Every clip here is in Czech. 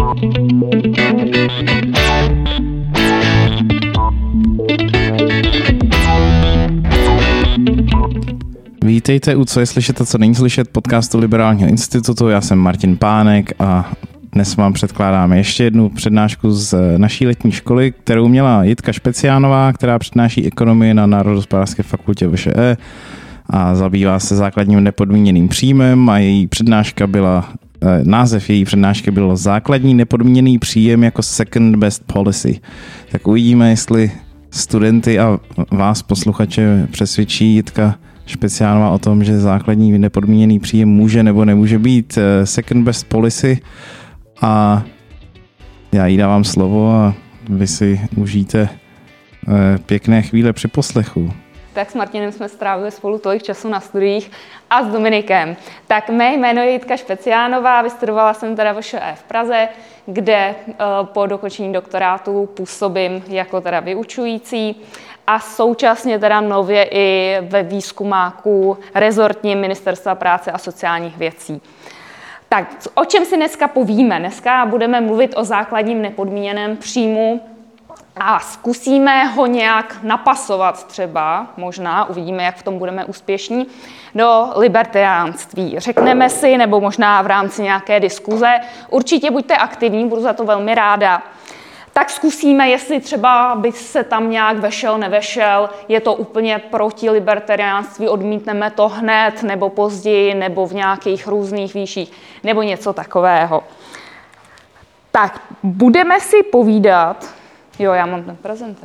Vítejte u Co je slyšet a co není slyšet podcastu Liberálního institutu. Já jsem Martin Pánek a dnes vám předkládáme ještě jednu přednášku z naší letní školy, kterou měla Jitka Špeciánová, která přednáší ekonomii na Národohospodářské fakultě VŠE a zabývá se základním nepodmíněným příjmem a název její přednášky byl Základní nepodmíněný příjem jako second best policy. Tak uvidíme, jestli studenty a vás posluchače přesvědčí Jitka Špeciánová o tom, že základní nepodmíněný příjem může nebo nemůže být second best policy, a já jí dávám slovo a vy si užijte pěkné chvíle při poslechu. Tak s Martinem jsme strávili spolu tolik času na studiích a s Dominikem. Tak mé jméno je Jitka Špeciánová, vystudovala jsem teda VŠE v Praze, kde po dokončení doktorátu působím jako teda vyučující a současně teda nově i ve výzkumáku rezortním Ministerstva práce a sociálních věcí. Tak, o čem si dneska povíme? Dneska budeme mluvit o základním nepodmíněném příjmu a zkusíme ho nějak napasovat třeba, možná, uvidíme, jak v tom budeme úspěšní, do libertariánství. Řekneme si, nebo možná v rámci nějaké diskuze, určitě buďte aktivní, budu za to velmi ráda. Tak zkusíme, jestli třeba by se tam nějak vešel, nevešel, je to úplně proti libertariánství, odmítneme to hned, nebo později, nebo v nějakých různých výších, nebo něco takového. Tak, budeme si povídat, já mám ten prezentér.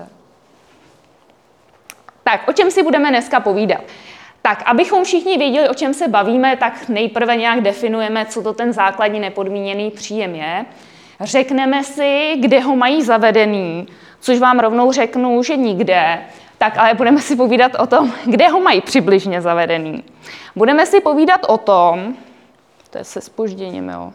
Tak, o čem si budeme dneska povídat? Tak, abychom všichni věděli, o čem se bavíme, tak nejprve nějak definujeme, co to ten základní nepodmíněný příjem je. Řekneme si, kde ho mají zavedený, což vám rovnou řeknu, že nikde, tak ale budeme si povídat o tom, kde ho mají přibližně zavedený. Budeme si povídat o tom, to je se zpožděním, jo.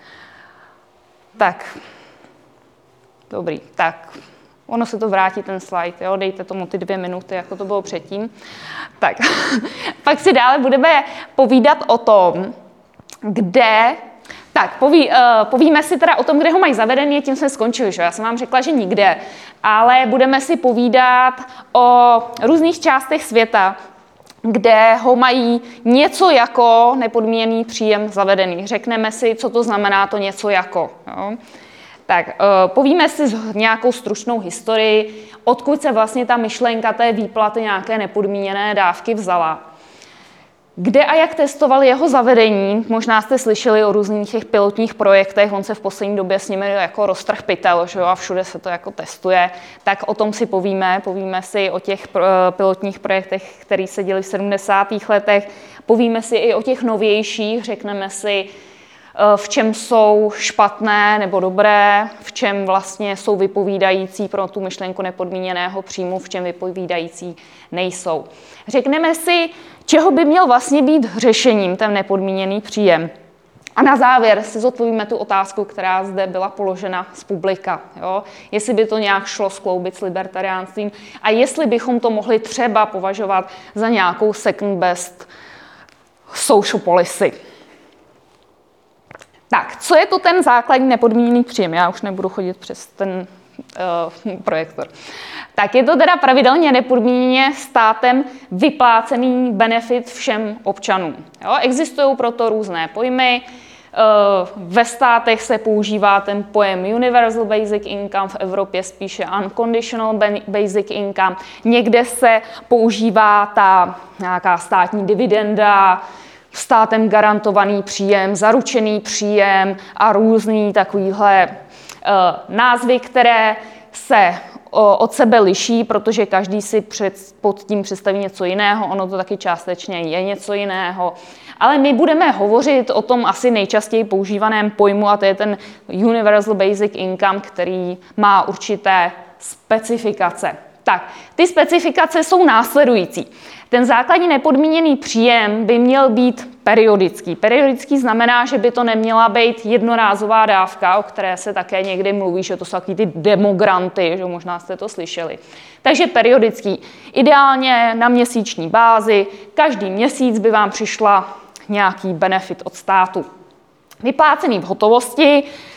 Tak, dobrý, tak ono se to vrátí ten slide, jo, dejte tomu ty 2 minuty, jako to bylo předtím. Tak, pak si dále budeme povídat o tom, kde. Tak, povíme si teda o tom, kde ho mají zavedený, tím jsme skončili, že? Já jsem vám řekla, že nikde, ale budeme si povídat o různých částech světa, kde ho mají něco jako nepodmíněný příjem zavedený. Řekneme si, co to znamená to něco jako. Jo? Tak, povíme si nějakou stručnou historii, odkud se vlastně ta myšlenka té výplaty nějaké nepodmíněné dávky vzala. Kde a jak testovali jeho zavedení, možná jste slyšeli o různých těch pilotních projektech, on se v poslední době s nimi jako roztrh pytel, že jo, a všude se to jako testuje, tak o tom si povíme si o těch pilotních projektech, které se děly v 70. letech, povíme si i o těch novějších, řekneme si, v čem jsou špatné nebo dobré, v čem vlastně jsou vypovídající pro tu myšlenku nepodmíněného příjmu, v čem vypovídající nejsou. Řekneme si, čeho by měl vlastně být řešením ten nepodmíněný příjem. A na závěr si zodpovíme tu otázku, která zde byla položena z publika. Jo? Jestli by to nějak šlo skloubit s libertariánstvím a jestli bychom to mohli třeba považovat za nějakou second best social policy. Tak, co je to ten základní nepodmíněný příjem? Já už nebudu chodit přes ten projektor. Tak je to teda pravidelně nepodmíněně státem vyplácený benefit všem občanům. Jo? Existují proto různé pojmy. Ve státech se používá ten pojem Universal Basic Income, v Evropě spíše Unconditional Basic Income. Někde se používá ta nějaká státní dividenda, státem garantovaný příjem, zaručený příjem a různý takovýhle názvy, které se od sebe liší, protože každý si pod tím představí něco jiného, ono to taky částečně je něco jiného. Ale my budeme hovořit o tom asi nejčastěji používaném pojmu a to je ten Universal Basic Income, který má určité specifikace. Tak, ty specifikace jsou následující. Ten základní nepodmíněný příjem by měl být periodický. Periodický znamená, že by to neměla být jednorázová dávka, o které se také někdy mluví, že to jsou takový ty demogranty, že možná jste to slyšeli. Takže periodický. Ideálně na měsíční bázi, každý měsíc by vám přišla nějaký benefit od státu. Vyplácený v hotovosti,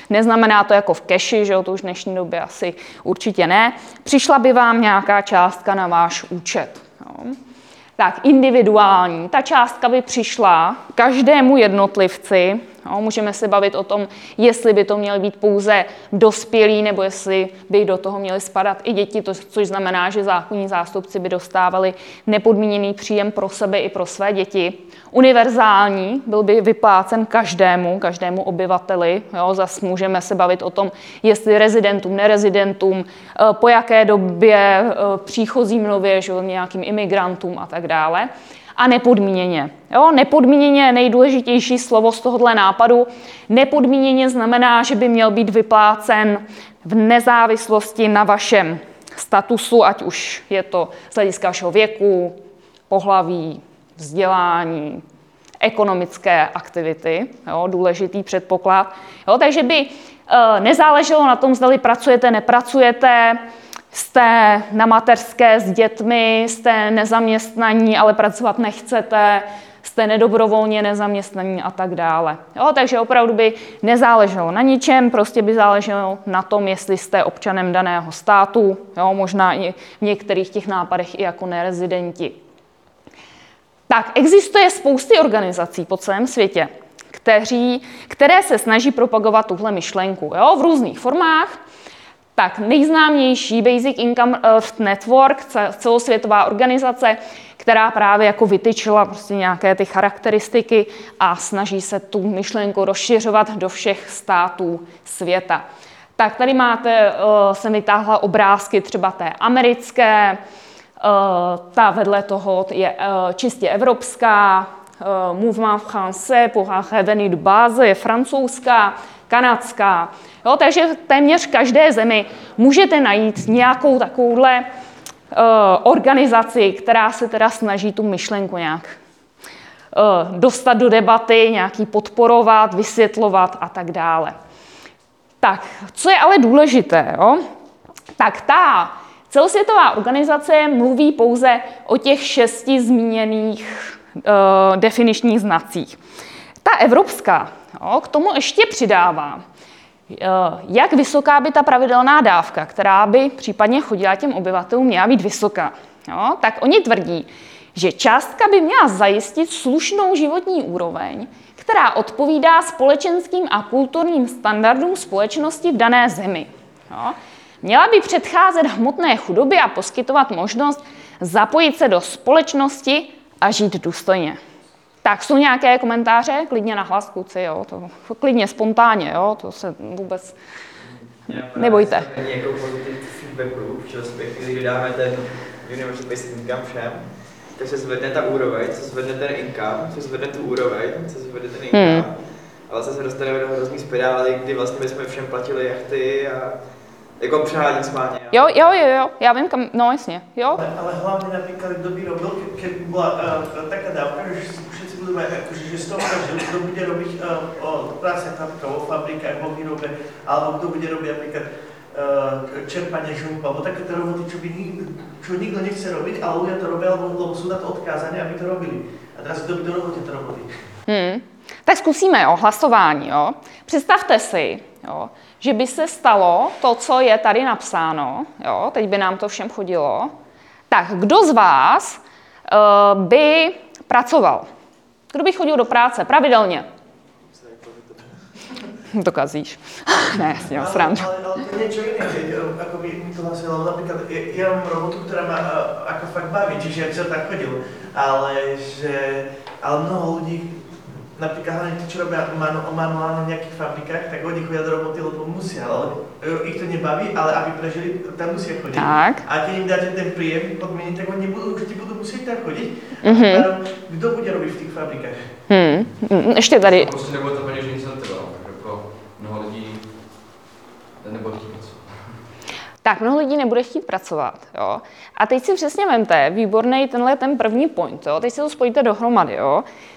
neznamená to jako v keši, že jo, to už v dnešní době asi určitě ne, přišla by vám nějaká částka na váš účet. Jo. Tak individuální, ta částka by přišla každému jednotlivci, jo, můžeme se bavit o tom, jestli by to měly být pouze dospělí, nebo jestli by do toho měly spadat i děti, což znamená, že zákonní zástupci by dostávali nepodmíněný příjem pro sebe i pro své děti. Univerzální, byl by vyplácen každému obyvateli, jo, zase můžeme se bavit o tom, jestli rezidentům, nerezidentům, po jaké době příchozím nově, že, nějakým imigrantům a tak dále. A nepodmíněně. Jo, nepodmíněně je nejdůležitější slovo z tohohle nápadu. Nepodmíněně znamená, že by měl být vyplácen v nezávislosti na vašem statusu, ať už je to z hlediska vašeho věku, pohlaví, vzdělání, ekonomické aktivity, jo, důležitý předpoklad. Jo, takže by nezáleželo na tom, zda pracujete, nepracujete, jste na mateřské s dětmi, jste nezaměstnaní, ale pracovat nechcete, jste nedobrovolně nezaměstnaní a tak dále. Jo, takže opravdu by nezáleželo na ničem, prostě by záleželo na tom, jestli jste občanem daného státu, jo, možná i v některých těch nápadech i jako nerezidenti. Tak, existuje spousty organizací po celém světě, které se snaží propagovat tuhle myšlenku, jo, v různých formách. Tak nejznámější Basic Income Earth Network, celosvětová organizace, která právě jako vytyčila prostě nějaké ty charakteristiky a snaží se tu myšlenku rozšiřovat do všech států světa. Tak tady máte, jsem vytáhla obrázky třeba té americké, ta vedle toho je čistě evropská, Mouvement français pour un revenu de base je francouzská, kanadská. Jo, takže téměř každé zemi můžete najít nějakou takovouhle organizaci, která se teda snaží tu myšlenku nějak dostat do debaty, nějaký podporovat, vysvětlovat a tak dále. Tak, co je ale důležité, jo? Tak ta celosvětová organizace mluví pouze o těch 6 zmíněných definičních znacích. Ta evropská, jo, k tomu ještě přidává, jak vysoká by ta pravidelná dávka, která by případně chodila těm obyvatelům, měla být vysoká. Jo, tak oni tvrdí, že částka by měla zajistit slušnou životní úroveň, která odpovídá společenským a kulturním standardům společnosti v dané zemi. Jo. Měla by předcházet hmotné chudobě a poskytovat možnost zapojit se do společnosti a žít důstojně. Tak, jsou nějaké komentáře? Klidně na hlas, kluci, jo, to klidně spontánně, jo, to se vůbec nebojte. Nějakou pozitivní feedbacku, že ve chvíli, kdy dáme ten Universal Basic Income všem, tak se zvedne ta úroveň, se zvedne ten income, se zvedne tu úroveň, se zvedne ten income. A vlastně se dostaneme do hrozný spirály, kdy vlastně bychom všem platili jachty a jako přehádím smáně. Jo, já vím kam, no jasně, jo. Ale hlavně například, kdo by robil, keby byla taká dávka, že všetci budou mít, jakože, že z toho žil, kdo bude robiť práce například vo fabrikách, vo výrobe, alebo kdo bude robiť například čerpanie žumpu, alebo takéto roboty, čo nikto nechce robiť, ale ľudia to robia, lebo sú na to odkázaní, aby to robili. A teraz kdo by to robil tieto roboty? Tak zkusíme, jo, hlasování, jo. Představte si, jo, že by se stalo to, co je tady napsáno, jo, teď by nám to všem chodilo. Tak, kdo z vás by pracoval? Kdo by chodil do práce pravidelně? To kazíš. Ne, s tím srandu. Ale to je niečo iné, ako by mi to vlastně, lebo napríklad ja mám robotu, ktorá ma ako fakt baví, čiže ja by som tak chodil, ale mnoho ľudí, napríklad hlavne tí, čo robia manuálne v nejakých fabrikách, tak oni chodia do roboty, lebo musia, ale ich to nebaví, ale aby prežili, tam musia chodiť. Tak. A keď im dáte ten príjem podmieniť, tak oni určite budú musieť tam chodiť. Kto bude robiť v tých fabrikách? Ještě tady. Prostě nebude to peněžní incentiva, jako mnoho lidí nebude chtít pracovat. Tak, mnoho lidí nebude chtít pracovat, jo. A teď si přesně vemte, výborný ten první point, jo. Teď si to spojíte dohromady, jo.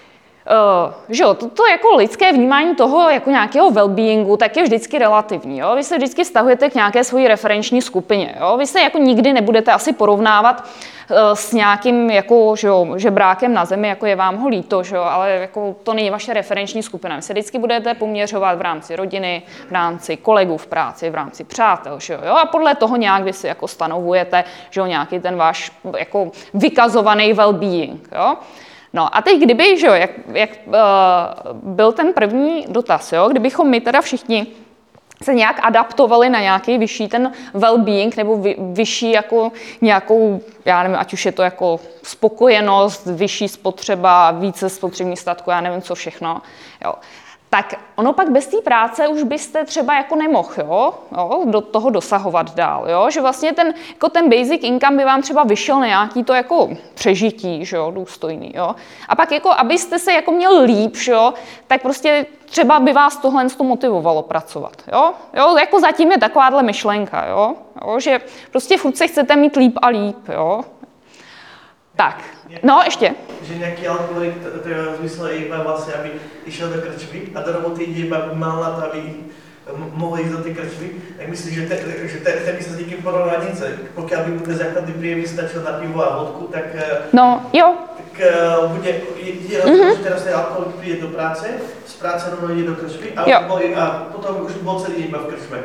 že jo, to jako lidské vnímání toho jako nějakého well-beingu, tak je vždycky relativní. Jo? Vy se vždycky vztahujete k nějaké svojí referenční skupině. Jo? Vy se jako nikdy nebudete asi porovnávat s nějakým jako, že jo, žebrákem na zemi, jako je vám ho líto, že jo? Ale jako to není vaše referenční skupina. Vy se vždycky budete poměřovat v rámci rodiny, v rámci kolegů v práci, v rámci přátel. Že jo? A podle toho nějak vy si jako stanovujete, že jo, nějaký ten váš jako vykazovaný well-being. Jo? No a teď kdyby, že jo, jak byl ten první dotaz, jo, kdybychom my teda všichni se nějak adaptovali na nějaký vyšší ten well-being nebo vyšší jako nějakou, já nevím, ať už je to jako spokojenost, vyšší spotřeba, více spotřební statku, já nevím co všechno, jo. Tak ono pak bez té práce už byste třeba jako nemohl, jo, do toho dosahovat dál, jo, že vlastně ten basic income by vám třeba vyšel na nějaký to jako přežití, že jo, důstojný, jo. A pak jako, abyste se jako měl líp, že jo, tak prostě třeba by vás tohle motivovalo pracovat, jo, jako zatím je takováhle myšlenka, jo, že prostě furt se chcete mít líp a líp, jo. Tak, no ještě. Že nějaký alkoholik zmyslel iba vlastně, aby išel do krčmy a do roboty jde iba mal na to, aby mohl jít do té krčmy, tak myslím, že ten by se s někým porovnat nic. Pokud by mu ten základný příjem stačil na pivo a vodku, tak, no, jo. Tak bude, že teraz ten alkoholik přijde do práce, z práce rovno jde do krčmy a potom už byl celý iba v krčme.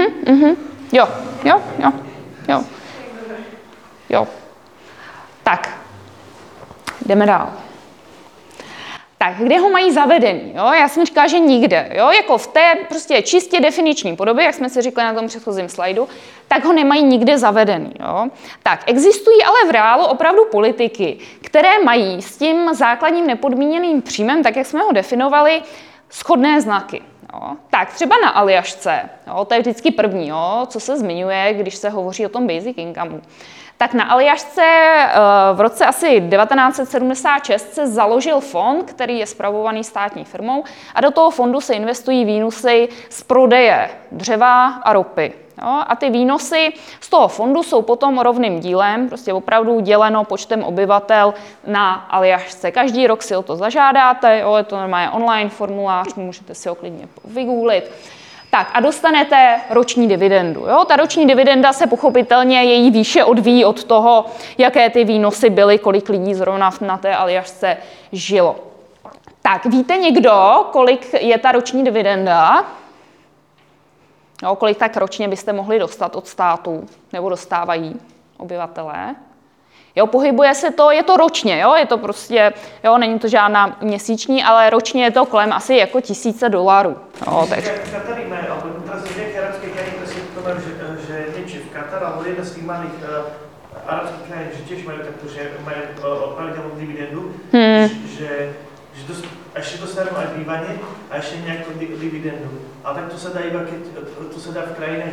Jo. Tak, jdeme dál. Tak, kde ho mají zavedený? Jo? Já jsem říkala, že nikde. Jo? Jako v té prostě čistě definiční podobě, jak jsme si říkali na tom předchozím slajdu, tak ho nemají nikde zavedený. Jo? Tak, existují ale v reálu opravdu politiky, které mají s tím základním nepodmíněným příjmem, tak jak jsme ho definovali, shodné znaky. Jo? Tak, třeba na Aljašce, jo? To je vždycky první, jo? Co se zmiňuje, když se hovoří o tom basic income. Tak na Aljašce v roce asi 1976 se založil fond, který je spravovaný státní firmou a do toho fondu se investují výnosy z prodeje dřeva a ropy. Jo? A ty výnosy z toho fondu jsou potom rovným dílem, prostě opravdu děleno počtem obyvatel na Aljašce. Každý rok si o to zažádáte, jo? Je to normálně online formulář, můžete si ho klidně vygooglit. Tak a dostanete roční dividendu. Jo? Ta roční dividenda se pochopitelně její výše odvíjí od toho, jaké ty výnosy byly, kolik lidí zrovna na té Aljašce žilo. Tak víte někdo, kolik je ta roční dividenda? Jo, kolik tak ročně byste mohli dostat od státu, nebo dostávají obyvatelé? Jo, pohybuje se to, je to ročně, jo, je to prostě, jo, není to žádná měsíční, ale ročně je to kolem asi jako $1000. Jo, takže. Katary mají, ale teraz nějaké arabské krajiny, které si to mají, že něči v Katar, ale jedna z těch malých arabských krajín, že těž mají takto, že mají pravidelnou dividendu, že ještě dostanou aj bývanie a ešte nejakú dividendu. Ale tak to sa dá iba, keď to sa dá v krajinách,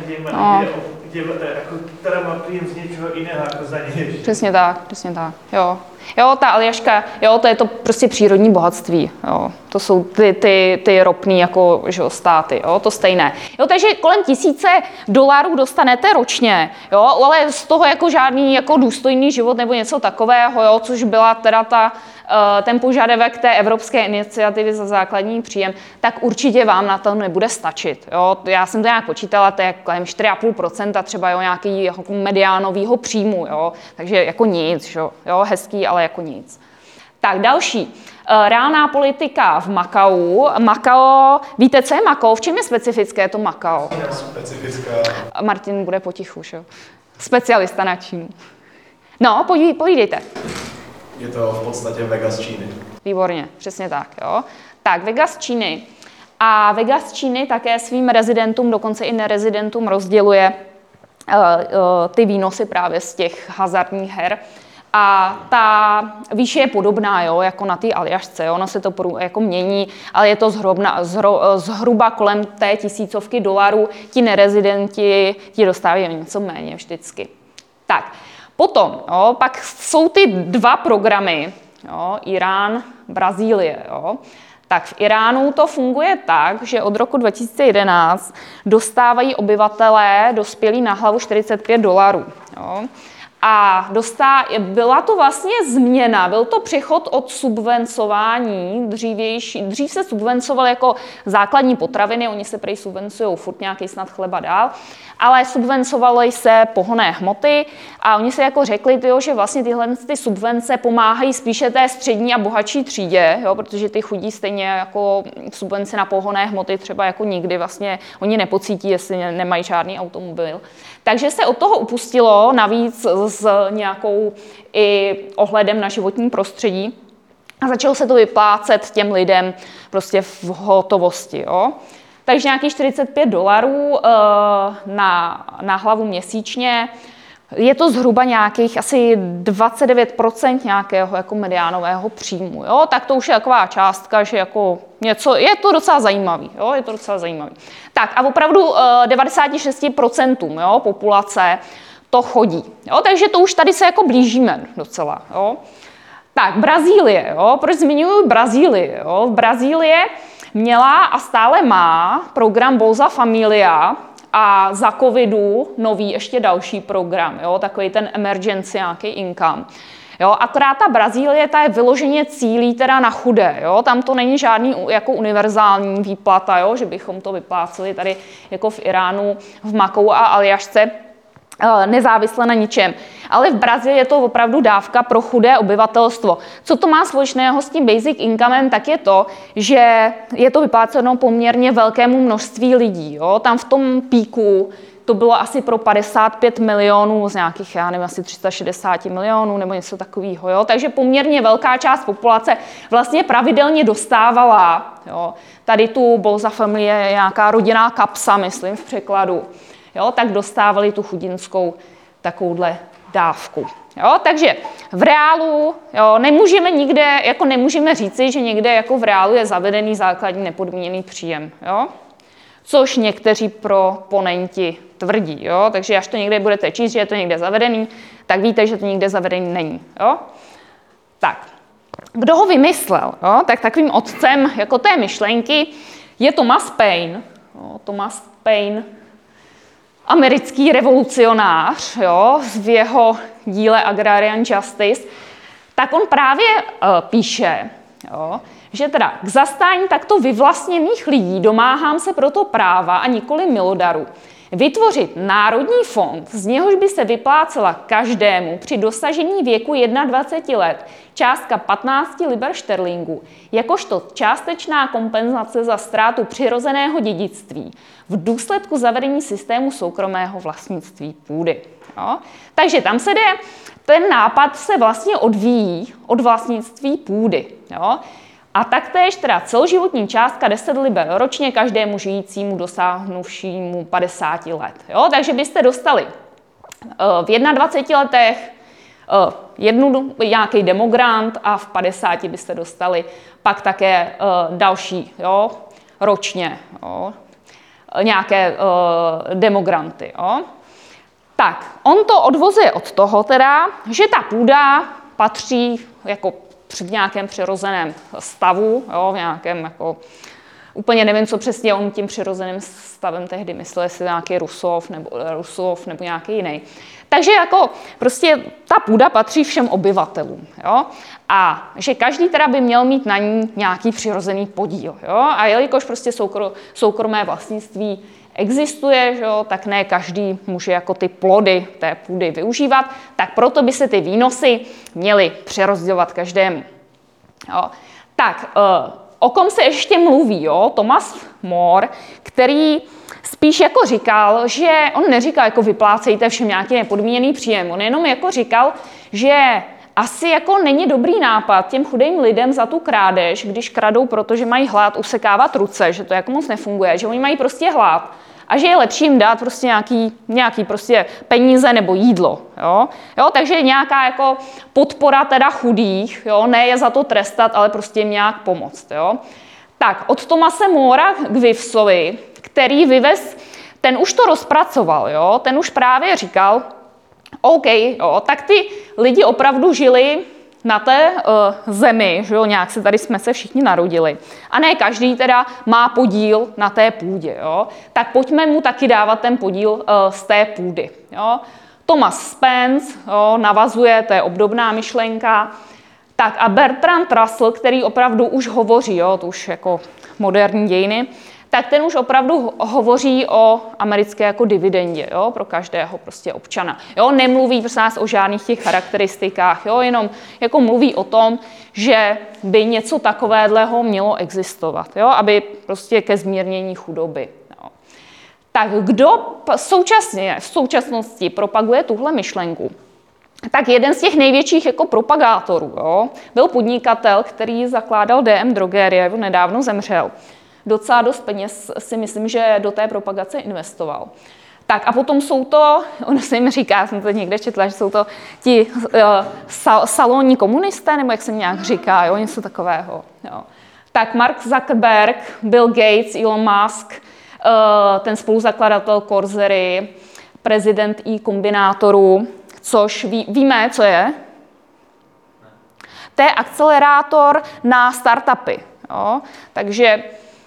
která má príjem z něčeho jiného jako za něj. Přesně tak, jo. Jo, ta Aljaška, jo, to je to prostě přírodní bohatství, jo. To jsou ty ropný jako, že, státy, jo, to stejné. Jo, takže kolem $1000 dostanete ročně, jo, ale z toho jako žádný jako důstojný život nebo něco takového, jo, což byla teda ten požadavek té evropské iniciativy za základní příjem, tak určitě vám na to nebude stačit. Jo. Já jsem to nějak počítala, to je kolem 4,5% třeba jo, nějaký jako mediánového příjmu, jo. Takže jako nic, jo, hezký, ale jako nic. Tak další. Reálná politika v Makau. Makao, víte, co je Makao? V čem je specifické to Makao? Specifická. Martin bude potichu, že jo? Specialista na Čínu. No, povídejte. Je to v podstatě Vegas Číny. Výborně, přesně tak, jo. Tak, Vegas Číny. A Vegas Číny také svým rezidentům, dokonce i nerezidentům rozděluje ty výnosy právě z těch hazardních her. A ta výše je podobná, jo, jako na té Aljašce, jo, ono se to jako mění, ale je to zhruba kolem té $1000. Ti nerezidenti ti dostávají něco méně vždycky. Tak, potom, jo, pak jsou ty dva programy, jo, Irán, Brazílie, jo. Tak v Iránu to funguje tak, že od roku 2011 dostávají obyvatelé dospělí na hlavu $45. Jo. A byla to vlastně změna, byl to přechod od subvencování, dřív se subvencoval jako základní potraviny, oni se prej subvencují furt nějaký snad chleba dál, ale subvencovaly se pohonné hmoty a oni se jako řekli, že vlastně tyhle ty subvence pomáhají spíše té střední a bohatší třídě, jo, protože ty chudí stejně jako subvence na pohonné hmoty třeba jako nikdy vlastně oni nepocítí, jestli nemají žádný automobil. Takže se od toho upustilo, navíc s nějakou i ohledem na životní prostředí a začalo se to vyplácet těm lidem prostě v hotovosti. Jo. Takže nějakých $45 na hlavu měsíčně. Je to zhruba nějakých asi 29% nějakého jako mediánového příjmu. Jo? Tak to už je taková částka, že jako něco, je to docela zajímavý. Jo? Je to docela zajímavý. Tak a opravdu 96% jo, populace to chodí. Jo? Takže to už tady se jako blížíme docela. Jo? Tak, Brazílie. Jo? Proč zmiňuji Brazílii? Jo? Brazílie měla a stále má program Bolsa Familia, a za covidu nový ještě další program, jo, takový ten emergency nějaký income. Jo, akorát ta Brazílie, ta je vyloženě cílí teda na chudé, jo, tam to není žádný jako univerzální výplata, jo, že bychom to vypláceli tady jako v Iránu, v Makou a Aljašce, nezávisle na ničem. Ale v Brazílii je to opravdu dávka pro chudé obyvatelstvo. Co to má společného s tím basic incomem, tak je to, že je to vypláceno poměrně velkému množství lidí. Jo? Tam v tom píku to bylo asi pro 55 milionů z nějakých, já nevím, asi 360 milionů nebo něco takového. Jo? Takže poměrně velká část populace vlastně pravidelně dostávala. Jo? Tady tu Bolsa Familia je nějaká rodinná kapsa, myslím v překladu. Jo, tak dostávali tu chudinskou takovouhle dávku. Jo, takže v reálu jo, nemůžeme říci, že někde jako v reálu je zavedený základní nepodmíněný příjem. Jo? Což někteří proponenti tvrdí. Jo? Takže až to někde budete číst, že je to někde zavedený, tak víte, že to někde zavedený není. Jo? Tak, kdo ho vymyslel? Jo? Tak takovým otcem jako té myšlenky je Thomas Paine. Jo? Thomas Paine, americký revolucionář, jo, v jeho díle Agrarian Justice, tak on právě píše, jo, že teda k zastání takto vyvlastněných lidí domáhám se proto práva a nikoli milodaru vytvořit národní fond, z něhož by se vyplácela každému při dosažení věku 21 let částka 15 liber šterlingů, jakožto částečná kompenzace za ztrátu přirozeného dědictví v důsledku zavedení systému soukromého vlastnictví půdy. Jo? Takže tam se ten nápad se vlastně odvíjí od vlastnictví půdy. Jo? A taktéž teda celoživotní částka 10 liber ročně každému žijícímu dosáhnuvšímu 50 let. Jo? Takže byste dostali v 21 letech nějaký demogrant a v 50 byste dostali pak také další, jo? Ročně jo? Nějaké demogranty. Jo? Tak, on to odvozuje od toho teda, že ta půda patří jako v nějakém přirozeném stavu, jo, v nějakém jako, úplně nevím, co přesně on tím přirozeným stavem tehdy myslel, jestli nějaký Rusov nebo nějaký jiný. Takže jako prostě ta půda patří všem obyvatelům, jo, a že každý teda by měl mít na ní nějaký přirozený podíl, jo, a jelikož prostě soukromé vlastnictví existuje, že jo, tak ne každý může jako ty plody té půdy využívat, tak proto by se ty výnosy měly přerozdělovat každému. Jo. Tak, o kom se ještě mluví, jo? Thomas More, který spíš jako říkal, že on neříkal, jako vyplácejte všem nějaký nepodmíněný příjem, on jenom jako říkal, že asi jako není dobrý nápad těm chudým lidem za tu krádež, když kradou, protože mají hlad, usekávat ruce, že to jako moc nefunguje, že oni mají prostě hlad a že je lepší jim dát prostě nějaký prostě peníze nebo jídlo. Jo? Takže nějaká jako podpora teda chudých, jo? Ne je za to trestat, ale prostě jim nějak pomoct. Jo? Tak, od Thomase Morea k Vivsovi, který vyvez, ten už to rozpracoval, jo? Ten už právě říkal, OK, jo, tak ty lidi opravdu žili na té zemi, že jo, nějak jsme se všichni narodili. A ne každý teda má podíl na té půdě, jo. Tak pojďme mu taky dávat ten podíl z té půdy, jo. Thomas Spence, jo, navazuje, to je obdobná myšlenka. Tak a Bertrand Russell, který opravdu už hovoří, jo, to už jako moderní dějiny, tak ten už opravdu hovoří o americké jako dividendě, jo, pro každého prostě občana. Jo, nemluví prostě nás o žádných těch charakteristikách, jo, jenom jako mluví o tom, že by něco takového mělo existovat, jo, aby prostě ke zmírnění chudoby. Jo. Tak kdo v současnosti propaguje tuhle myšlenku? Tak jeden z těch největších jako propagátorů, jo, byl podnikatel, který zakládal DM Drogerie, nedávno zemřel. Docela dost peněz si myslím, že do té propagace investoval. Tak a potom jsou to, ono se jim říká, jsem to někde četla, že jsou to ti salonní komunisté, nebo jak se nějak říká, jo, něco takového. Jo. Tak Mark Zuckerberg, Bill Gates, Elon Musk, ten spoluzakladatel Corsery, prezident e-kombinátoru, což víme, co je? To je akcelerátor na startupy. Jo. Takže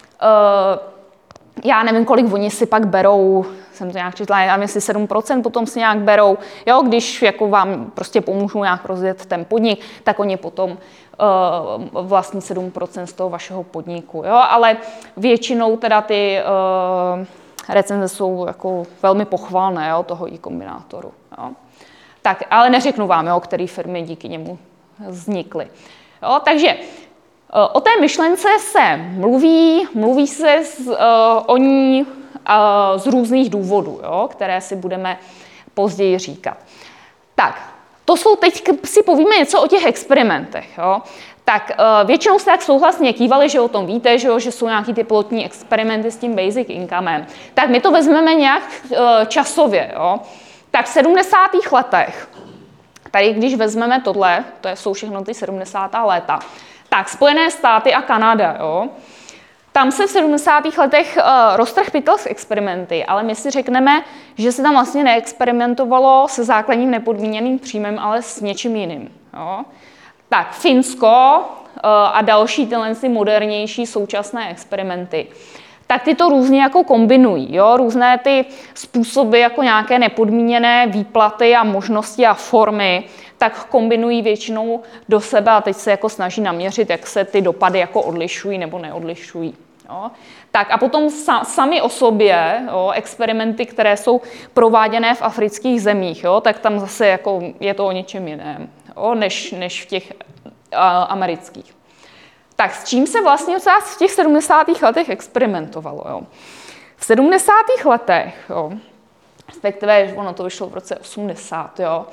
já nevím, kolik oni si pak berou, jsem to nějak četla, já nevím, jestli 7% potom si nějak berou, jo, když jako vám prostě pomůžou nějak rozjet ten podnik, tak oni potom vlastní 7% z toho vašeho podniku, jo, ale většinou teda ty recenze jsou jako velmi pochvalné, jo, toho e-kombinátoru, jo. Tak, ale neřeknu vám, jo, které firmy díky němu vznikly. Jo, takže o té myšlence se mluví se o ní z různých důvodů, jo, které si budeme později říkat. Tak, to jsou teď si povíme něco o těch experimentech. Jo. Tak většinou jste tak souhlasně kývali, že o tom víte, že jsou nějaký ty pilotní experimenty s tím basic incomem. Tak my to vezmeme nějak časově. Jo. Tak v 70. letech, tady když vezmeme tohle, to jsou všechno ty 70. léta, tak Spojené státy a Kanada, jo. Tam se v 70. letech roztrh pytel s experimenty, ale my si řekneme, že se tam vlastně neexperimentovalo se základním nepodmíněným příjmem, ale s něčím jiným. Jo. Tak Finsko a další tyhle modernější současné experimenty, tak ty to různě jako kombinují. Jo. Různé ty způsoby jako nějaké nepodmíněné výplaty a možnosti a formy, tak kombinují většinou do sebe a teď se jako snaží naměřit, jak se ty dopady jako odlišují nebo neodlišují. Jo. Tak a potom sami o sobě, jo, experimenty, které jsou prováděné v afrických zemích, jo, tak tam zase jako je to o něčem jiném, jo, než v těch amerických. Tak s čím se vlastně v těch 70. letech experimentovalo? Jo. V 70. letech, jo, respektive ono to vyšlo v roce 80, jo,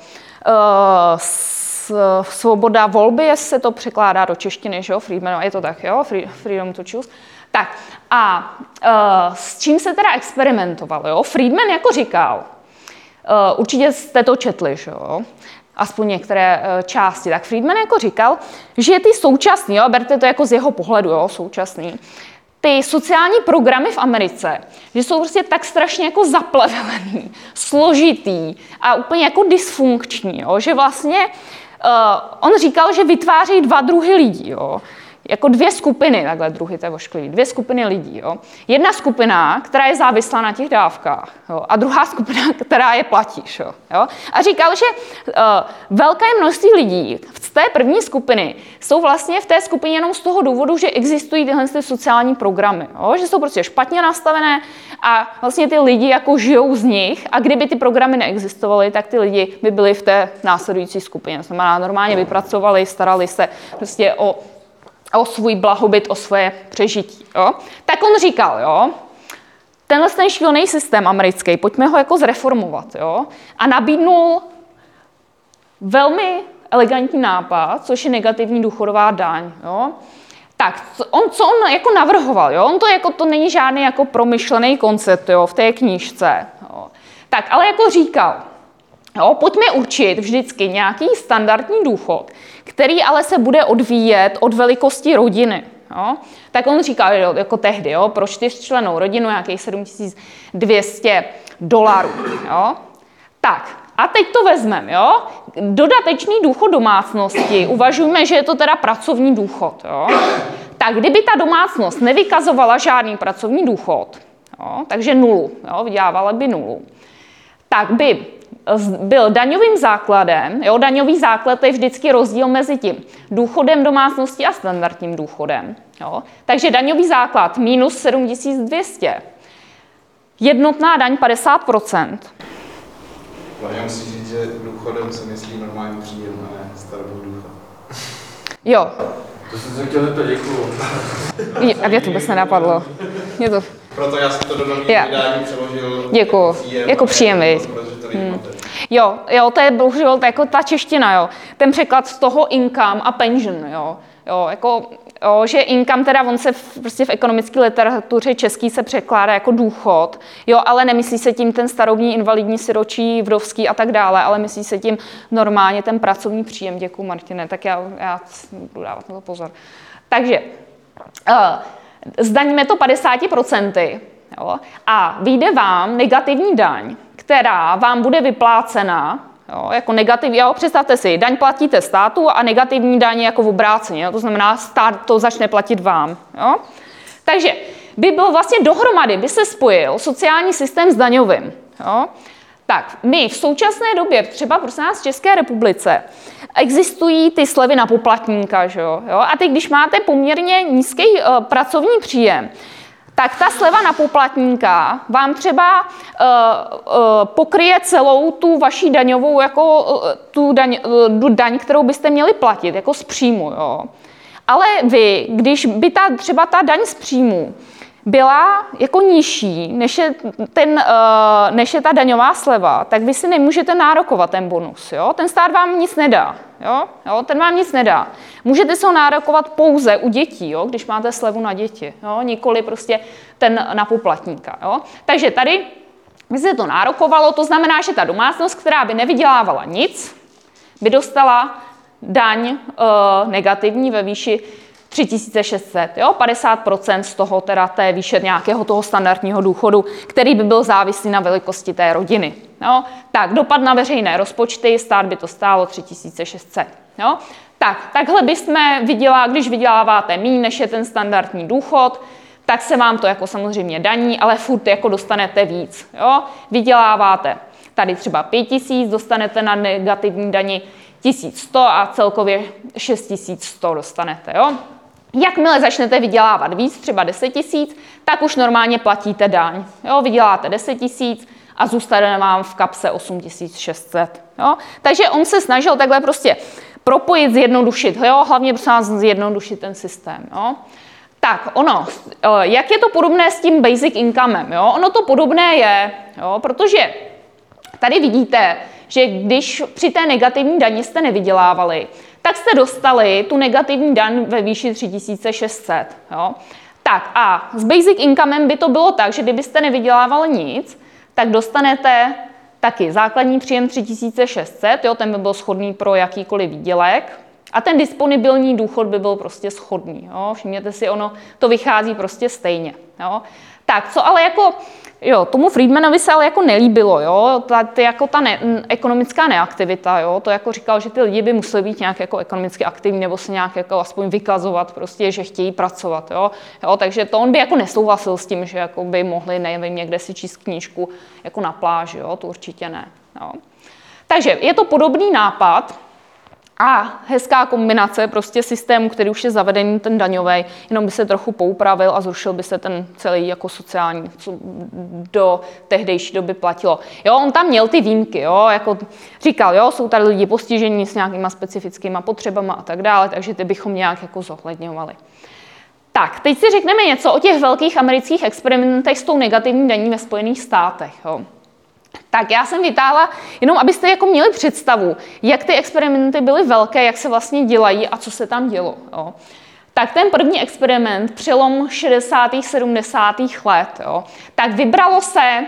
svoboda volby, jestli se to překládá do češtiny, že jo, Freedom, je to tak, jo, freedom to choose. Tak a s čím se teda experimentovalo, jo? Friedman jako říkal, určitě jste to četli, že jo, aspoň některé části, tak Friedman jako říkal, že ty současný, jo, berte to jako z jeho pohledu, jo, současný, ty sociální programy v Americe, že jsou prostě tak strašně jako zaplevelený, složitý a úplně jako dysfunkční, jo, že vlastně on říkal, že vytváří dva druhy lidí, jo. Jako dvě skupiny, takhle druhy, to je ošklivý, dvě skupiny lidí. Jo. Jedna skupina, která je závislá na těch dávkách, jo, a druhá skupina, která je platíš. Jo. A říkal, že velké množství lidí z té první skupiny jsou vlastně v té skupině jenom z toho důvodu, že existují tyhle sociální programy, jo, že jsou prostě špatně nastavené a vlastně ty lidi jako žijou z nich a kdyby ty programy neexistovaly, tak ty lidi by byli v té následující skupině. To znamená, normálně vypracovali, starali se prostě o svůj blahobyt, o svoje přežití. Jo? Tak on říkal, jo, tenhle ten šílený systém americký, pojďme ho jako zreformovat. Jo? A nabídnul velmi elegantní nápad, což je negativní důchodová daň. Jo? Tak, co on jako navrhoval, jo? On to jako to není žádný jako promyšlený koncept, jo, v té knížce. Jo? Tak, ale jako říkal, jo, pojďme určit vždycky nějaký standardní důchod, který ale se bude odvíjet od velikosti rodiny. Jo. Tak on říkal, jako tehdy, jo, pro 4člennou rodinu nějakých $7,200. Jo. Tak, a teď to vezmeme. Jo. Dodatečný důchod domácnosti, uvažujeme, že je to teda pracovní důchod. Jo. Tak kdyby ta domácnost nevykazovala žádný pracovní důchod, jo, takže nulu, jo, vydělávala by nulu, tak by byl daňovým základem, jo, daňový základ je vždycky rozdíl mezi tím důchodem domácnosti a standardním důchodem. Jo. Takže daňový základ minus 7200. Jednotná daň 50%. Já musím říct, že důchodem se myslí normální příjem, a ne starobní důchod. Jo. To jsem se chtěl zeptat, děkuju. A mě to vůbec nenapadlo. Proto já jsem to do nového vydání přeložil jako příjem, protože to není Jo, to je bohužel jako ta čeština, jo. Ten překlad z toho income a pension, jo. Že income, teda on se prostě v ekonomické literatuře český se překládá jako důchod, jo, ale nemyslí se tím ten starobní, invalidní, siročí, vdovský a tak dále, ale myslí se tím normálně ten pracovní příjem. Děkuju, Martine, tak já budu dávat na to pozor. Takže zdaňme to 50%, jo, a vyjde vám negativní daň, která vám bude vyplácena, jo, jako negativní, jo, představte si, daň platíte státu a negativní daň je jako v obráceně, jo, to znamená, stát to začne platit vám. Jo. Takže by byl vlastně dohromady, by se spojil sociální systém s daňovým. Jo. Tak, my v současné době, třeba prosím nás v České republice, existují ty slevy na poplatníka, že jo? A teď, když máte poměrně nízký pracovní příjem, tak ta sleva na poplatníka vám třeba pokryje celou tu vaši daňovou, jako tu daň, kterou byste měli platit, jako z příjmu. Jo? Ale vy, když by třeba ta daň z příjmu byla jako nižší, než je ta daňová sleva, tak vy si nemůžete nárokovat ten bonus. Jo? Ten stát vám nic nedá. Jo? Ten vám nic nedá. Můžete se ho nárokovat pouze u dětí, jo? Když máte slevu na děti, jo? Nikoli prostě ten na poplatníka. Jo? Takže tady by se to nárokovalo, to znamená, že ta domácnost, která by nevydělávala nic, by dostala daň negativní ve výši 3600, jo? 50% z toho teda té výše nějakého toho standardního důchodu, který by byl závislý na velikosti té rodiny. Jo? Tak, dopad na veřejné rozpočty, stát by to stálo 3600. Jo? Tak, takhle bychom když vyděláváte míň, než je ten standardní důchod, tak se vám to jako samozřejmě daní, ale furt jako dostanete víc. Jo? Vyděláváte tady třeba 5000, dostanete na negativní dani 1100 a celkově 6100 dostanete. Jo? Jakmile začnete vydělávat víc, třeba 10 000, tak už normálně platíte daň. Jo? Vyděláte 10 000 a zůstane vám v kapse 8600. Jo? Takže on se snažil takhle prostě propojit, zjednodušit, jo? Hlavně zjednodušit ten systém. Jo? Tak jak je to podobné s tím basic incomem? Jo? Ono to podobné je, jo? Protože tady vidíte, že když při té negativní dani jste nevydělávali, tak jste dostali tu negativní daň ve výši 3600. Jo? Tak a s basic incomem by to bylo tak, že kdybyste nevydělávali nic, tak dostanete taky základní příjem 3600, jo? Ten by byl shodný pro jakýkoliv výdělek a ten disponibilní důchod by byl prostě shodný. Jo? Všimněte si, ono to vychází prostě stejně. Jo? Tak, co ale jako, tomu Friedmanovi se ale jako nelíbilo, jo, ta ekonomická neaktivita, jo, to jako říkal, že ty lidi by museli být nějak jako ekonomicky aktivní nebo se nějak jako aspoň vykazovat prostě, že chtějí pracovat, jo, takže to on by jako nesouhlasil s tím, že jako by mohli, nevím, někde si číst knížku jako na pláži, jo, to určitě ne, jo. Takže je to podobný nápad, a hezká kombinace prostě systému, který už je zavedený, ten daňový, jenom by se trochu poupravil a zrušil by se ten celý jako sociální, co do tehdejší doby platilo. Jo, on tam měl ty výjimky, jo, jako říkal, jo, jsou tady lidi postižení s nějakýma specifickýma potřebama a tak dále, takže ty bychom nějak jako zohledňovali. Tak, teď si řekneme něco o těch velkých amerických experimentech s tou negativní daní ve Spojených státech, jo. Tak já jsem vytáhla, jenom abyste jako měli představu, jak ty experimenty byly velké, jak se vlastně dělají a co se tam dělo. Jo. Tak ten první experiment, přelom 60. 70. let, jo, tak vybralo se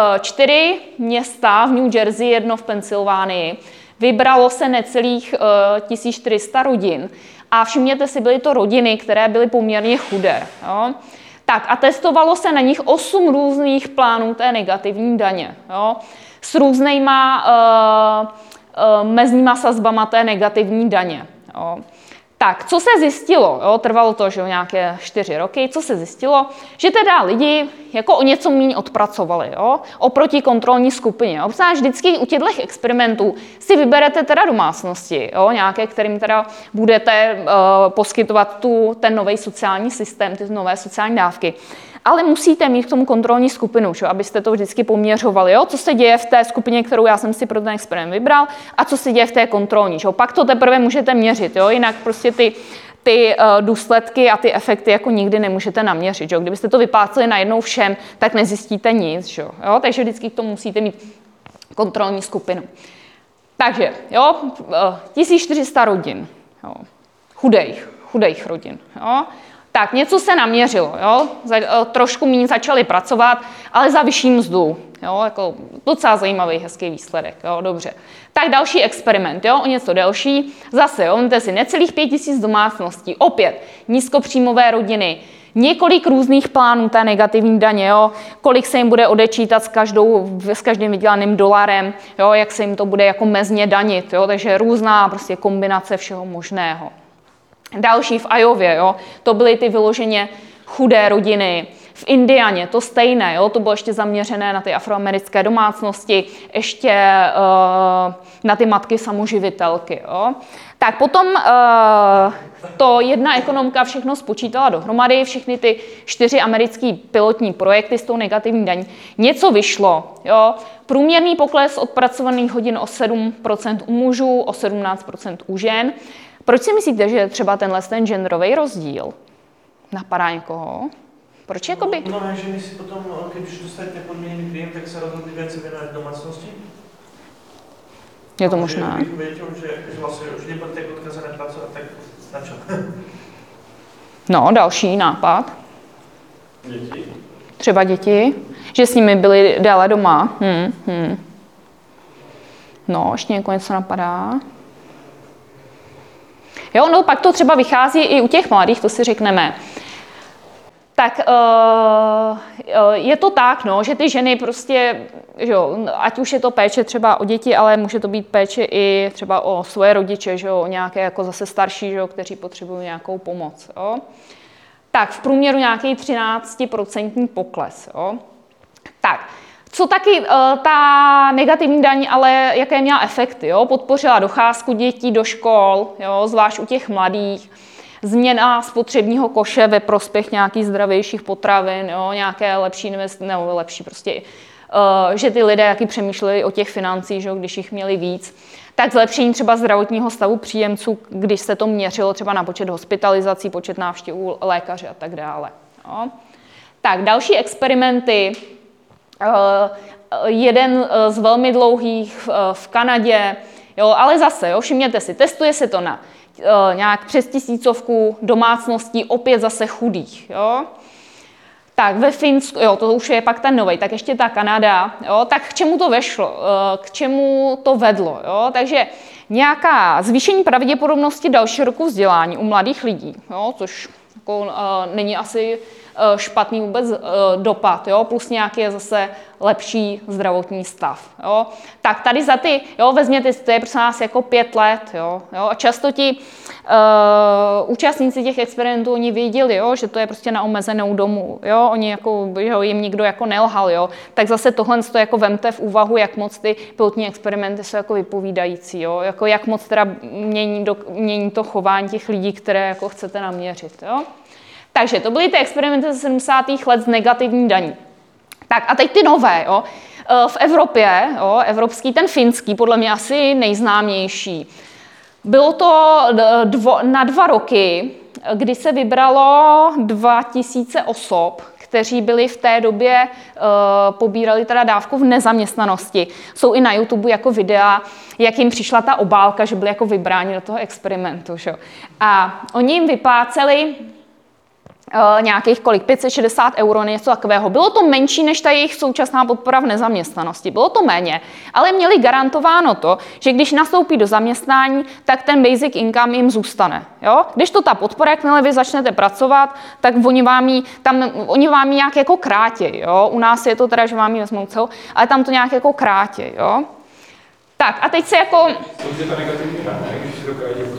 4 města v New Jersey, 1 v Pensylvánii, vybralo se necelých 1400 rodin a všimněte si, byly to rodiny, které byly poměrně chudé. Jo. Tak a testovalo se na nich 8 různých plánů té negativní daně, jo, s různýma mezníma sazbama té negativní daně. Jo. Tak, co se zjistilo, jo, trvalo to, že nějaké 4 roky, co se zjistilo, že teda lidi jako o něco méně odpracovali, jo, oproti kontrolní skupině. Jo. Protože vždycky u těchto experimentů si vyberete teda domácnosti, jo, nějaké, kterým teda budete poskytovat ten nový sociální systém, ty nové sociální dávky. Ale musíte mít k tomu kontrolní skupinu, čo, abyste to vždycky poměřovali, jo? Co se děje v té skupině, kterou já jsem si pro ten experiment vybral, a co se děje v té kontrolní. Čo? Pak to teprve můžete měřit, jo? Jinak prostě ty důsledky a ty efekty jako nikdy nemůžete naměřit. Jo? Kdybyste to vypláceli najednou všem, tak nezjistíte nic. Jo? Takže vždycky k tomu musíte mít kontrolní skupinu. Takže, jo, 1400 rodin, jo? Chudejch rodin. Jo? Tak něco se naměřilo, jo? Trošku méně začali pracovat, ale za vyšší mzdu. Jo? Jako docela zajímavý, hezký výsledek. Jo? Dobře. Tak další experiment, jo? O něco delší. Zase, jo? Máte si necelých 5000 domácností, opět nízkopříjmové rodiny, několik různých plánů té negativní daně, jo? Kolik se jim bude odečítat s každým vydělaným dolarem, jo? Jak se jim to bude jako mezně danit, jo? Takže různá prostě kombinace všeho možného. Další v Iově, jo, to byly ty vyloženě chudé rodiny. V Indianě to stejné, jo, to bylo ještě zaměřené na ty afroamerické domácnosti, ještě na ty matky samoživitelky. Jo. Tak potom to jedna ekonomka všechno spočítala dohromady, všechny ty 4 americké pilotní projekty s tou negativní daní. Něco vyšlo. Jo. Průměrný pokles odpracovaných hodin o 7% u mužů, o 17% u žen. Proč si myslíte, že třeba ten genderový rozdíl napadá někoho? Proč jakoby? Mnohé ženy si potom, když dostali nepodmíněný příjem, tak se rozhodli více věnovat domácnosti? Je to možná. Když věděl, že vlastně už nebudete odkazané pracovat, tak na čo? No, další nápad. Děti? Třeba děti, že s nimi byli déle doma. No, ještě někoho něco napadá. Jo, no pak to třeba vychází i u těch mladých, to si řekneme. Tak je to tak, no, že ty ženy prostě, že jo, ať už je to péče třeba o děti, ale může to být péče i třeba o svoje rodiče, že jo, o nějaké jako zase starší, že jo, kteří potřebují nějakou pomoc. Jo. Tak v průměru nějaký 13% pokles. Jo. Tak. Co taky ta negativní daň, ale jaké měla efekty? Jo? Podpořila docházku dětí do škol, jo? Zvlášť u těch mladých, změna spotřebního koše ve prospěch nějakých zdravějších potravin, jo? Nějaké lepší nebo lepší prostě, že ty lidé jaký přemýšleli o těch financích, že? Když jich měli víc. Tak zlepšení třeba zdravotního stavu příjemců, když se to měřilo třeba na počet hospitalizací, počet návštěv u lékaře a tak dále. Jo? Tak další experimenty. Jeden z velmi dlouhých v Kanadě, jo, ale zase, jo, všimněte si, testuje se to na nějak přes 1000 domácností, opět zase chudých. Jo. Tak ve Finsku, jo, to už je pak ten novej, tak ještě ta Kanada, jo, tak k čemu to vešlo, k čemu to vedlo, jo, takže nějaká zvýšení pravděpodobnosti dalšího roku vzdělání u mladých lidí, jo, což jako, není asi špatný vůbec dopad, jo, plus nějaký je zase lepší zdravotní stav. Jo. Tak tady za ty, jo, vezměte si, to je prosím nás jako 5 let, jo, a často ti účastníci těch experimentů, oni věděli, jo, že to je prostě na omezenou domu, jo, oni jako, jo, jim nikdo jako nelhal, jo, tak zase tohle to jako vemte v úvahu, jak moc ty pilotní experimenty jsou jako vypovídající, jo, jako jak moc teda mění to chování těch lidí, které jako chcete naměřit, jo. Takže to byly ty experimenty ze 70. let s negativní daní. Tak a teď ty nové, jo. V Evropě, jo, evropský, ten finský, podle mě asi nejznámější. Bylo to na 2 roky, kdy se vybralo 2000 osob, kteří byli v té době, pobírali teda dávku v nezaměstnanosti. Jsou i na YouTube jako videa, jak jim přišla ta obálka, že byli jako vybráni do toho experimentu. Že? A oni jim vypláceli nějakých 560 €, něco takového. Bylo to menší než ta jejich současná podpora v nezaměstnanosti. Bylo to méně, ale měli garantováno to, že když nastoupí do zaměstnání, tak ten basic income jim zůstane. Jo? Když to ta podpora, jakmile vy začnete pracovat, tak oni vám ji nějak jako krátí. Jo? U nás je to teda, že vám ji vezmou celou, ale tam to nějak jako krátí. Jo? Tak a teď se jako... To je ta negativní daň, když si dokáže postupit.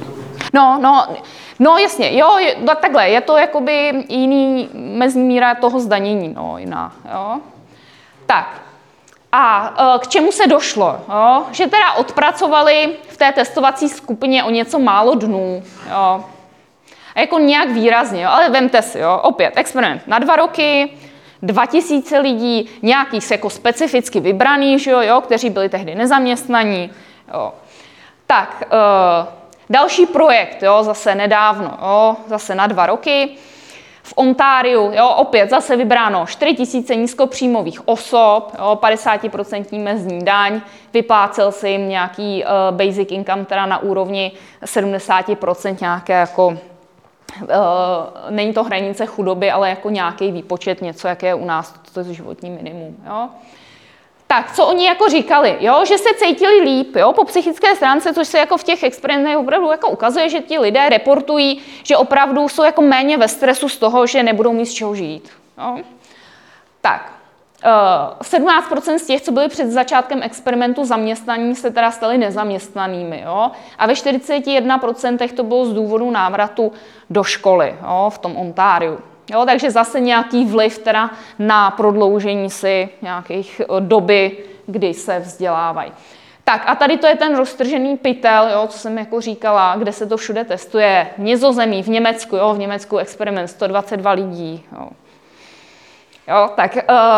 No jasně, jo, takhle, je to jakoby jiný mezní míra toho zdanění, no, jiná, jo. Tak, a k čemu se došlo, jo? Že teda odpracovali v té testovací skupině o něco málo dnů, jo. A jako nějak výrazně, jo, ale vemte si, jo, opět experiment na 2 roky, 2000 lidí, nějaký jako specificky vybraný, jo, kteří byli tehdy nezaměstnaní, jo. Tak, další projekt, jo, zase nedávno, jo, zase na 2 roky. V Ontáriu, jo, opět zase vybráno 4000 nízkopříjmových osob, jo, 50% mezní daň, vyplácel se jim nějaký basic income, teda na úrovni 70% nějaké jako, není to hranice chudoby, ale jako nějaký výpočet, něco, jaké je u nás to životní minimum, jo. Tak, co oni jako říkali, jo, že se cítili líp, jo, po psychické stránce, což se jako v těch experimentech opravdu jako ukazuje, že ti lidé reportují, že opravdu jsou jako méně ve stresu z toho, že nebudou mít z čeho žít, jo. Tak, 17% z těch, co byli před začátkem experimentu zaměstnaní, se teda stali nezaměstnanými, jo, a ve 41% to bylo z důvodu návratu do školy, jo, v tom Ontáriu. Jo, takže zase nějaký vliv teda na prodloužení si nějakých doby, kdy se vzdělávají. Tak a tady to je ten roztržený pytel, jo, co jsem jako říkala, kde se to všude testuje. V Nizozemí, v Německu, jo, v Německu experiment 122 lidí. Jo, tak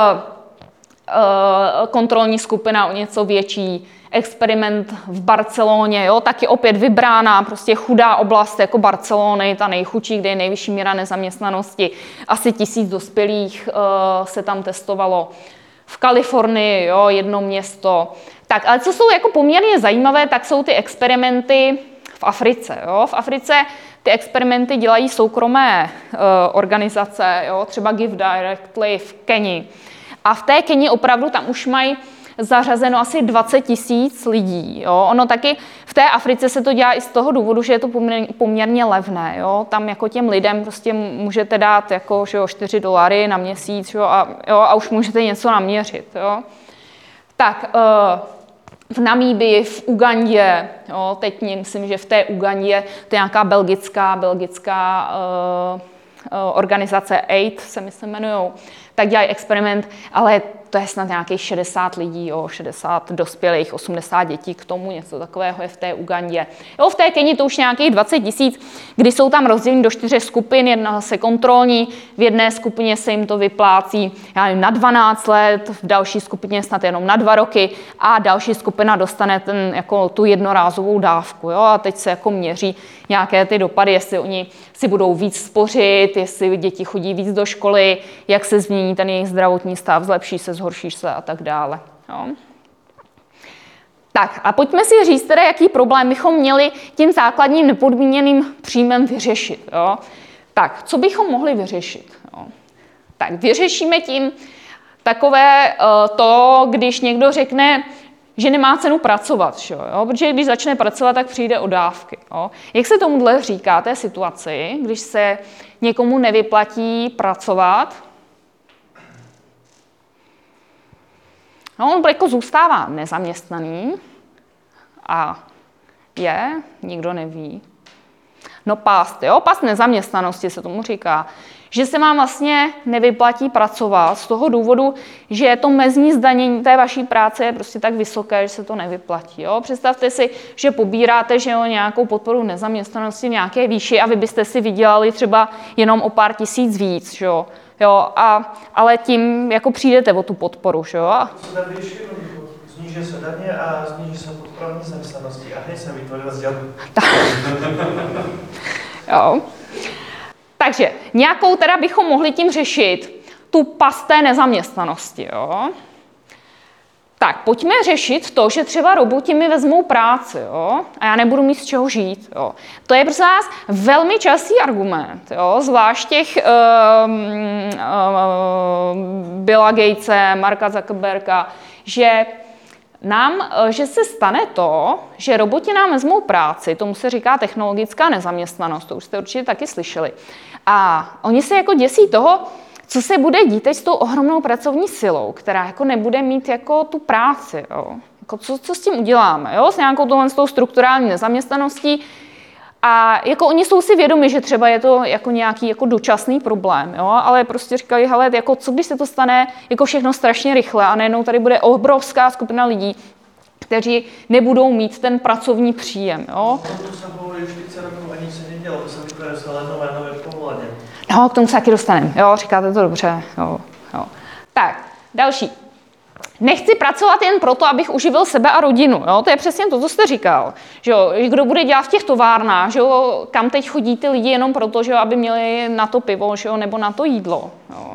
kontrolní skupina o něco větší, experiment v Barceloně, jo, taky opět vybrána, prostě chudá oblast jako Barcelony, ta nejchudší, kde je nejvyšší míra nezaměstnanosti, asi 1000 dospělých se tam testovalo. V Kalifornii, jo, 1 město. Tak, ale co jsou jako poměrně zajímavé, tak jsou ty experimenty v Africe, jo. V Africe ty experimenty dělají soukromé organizace, jo, třeba Give Directly v Keni. A v té Keni opravdu tam už mají zařazeno asi 20 000 lidí. Jo. Ono taky v té Africe se to dělá i z toho důvodu, že je to poměrně levné. Jo. Tam jako těm lidem prostě můžete dát jako, že jo, $4 na měsíc, jo, a už můžete něco naměřit. Jo. Tak v Namíbii, v Ugandě, jo, teď myslím, že v té Ugandě, to je nějaká belgická organizace AID, se myslím jmenujou, tak dělají experiment, ale to je snad nějakých 60 lidí, jo, 60 dospělých, 80 dětí, k tomu něco takového je v té Ugandě. Jo, v té Keni to už nějakých 20 000, kdy jsou tam rozděleni do 4 skupin, jedna zase kontrolní, v jedné skupině se jim to vyplácí, já nevím, na 12 let, v další skupině snad jenom na 2 roky a další skupina dostane jako tu jednorázovou dávku. Jo, a teď se jako měří nějaké ty dopady, jestli oni si budou víc spořit, jestli děti chodí víc do školy, jak se změní ten jejich zdravotní stav, zlepší se, zhorší se a tak dále. Jo. Tak a pojďme si říct teda, jaký problém bychom měli tím základním nepodmíněným příjmem vyřešit. Jo. Tak, co bychom mohli vyřešit? Jo. Tak vyřešíme tím takové to, když někdo řekne, že nemá cenu pracovat, jo? Protože když začne pracovat, tak přijde o dávky. Jo? Jak se tomuhle říká té situaci, když se někomu nevyplatí pracovat? No, on jako zůstává nezaměstnaný a nikdo neví. No past, jo? Past nezaměstnanosti se tomu říká. Že se vám vlastně nevyplatí pracovat z toho důvodu, že to mezní zdanění té vaší práce je prostě tak vysoké, že se to nevyplatí. Jo? Představte si, že pobíráte, že jo, nějakou podporu nezaměstnanosti v nějaké výši a vy byste si vydělali třeba jenom o pár tisíc víc. Že jo? Ale tím jako přijdete o tu podporu. Že jo? Zníží se daně a zníží se podpora nezaměstnanosti a hej se vytvoří rozdíl. Jo. Takže nějakou teda bychom mohli tím řešit tu past té nezaměstnanosti. Jo? Tak, pojďme řešit to, že třeba roboti mi vezmou práci, jo? A já nebudu mít z čeho žít. Jo? To je prostě nás velmi častý argument, jo? Zvlášť těch Billa Gatese, Marka Zuckerberga, že se stane to, že roboti nám vezmou práci, tomu se říká technologická nezaměstnanost, to už jste určitě taky slyšeli. A oni se jako děsí toho, co se bude dít teď s tou ohromnou pracovní silou, která jako nebude mít jako tu práci. Jo. Jako co s tím uděláme? Jo? S nějakou s tou strukturální nezaměstnaností. A jako oni jsou si vědomi, že třeba je to jako nějaký jako dočasný problém, jo? Ale prostě říkali, hele, jako co když se to stane jako všechno strašně rychle a najednou tady bude obrovská skupina lidí, kteří nebudou mít ten pracovní příjem, jo? To se hovorí už 40 rokov, ani se nedělo, to se vytvářelo nové povolání. No, k tomu se taky dostaneme, jo, říkáte to dobře, jo. Tak, další. Nechci pracovat jen proto, abych uživil sebe a rodinu, jo? To je přesně to, co jste říkal, že jo? Kdo bude dělat v těch továrnách, že jo? Kam teď chodí ty lidi jenom proto, že jo? Aby měli na to pivo, že jo? Nebo na to jídlo. Jo?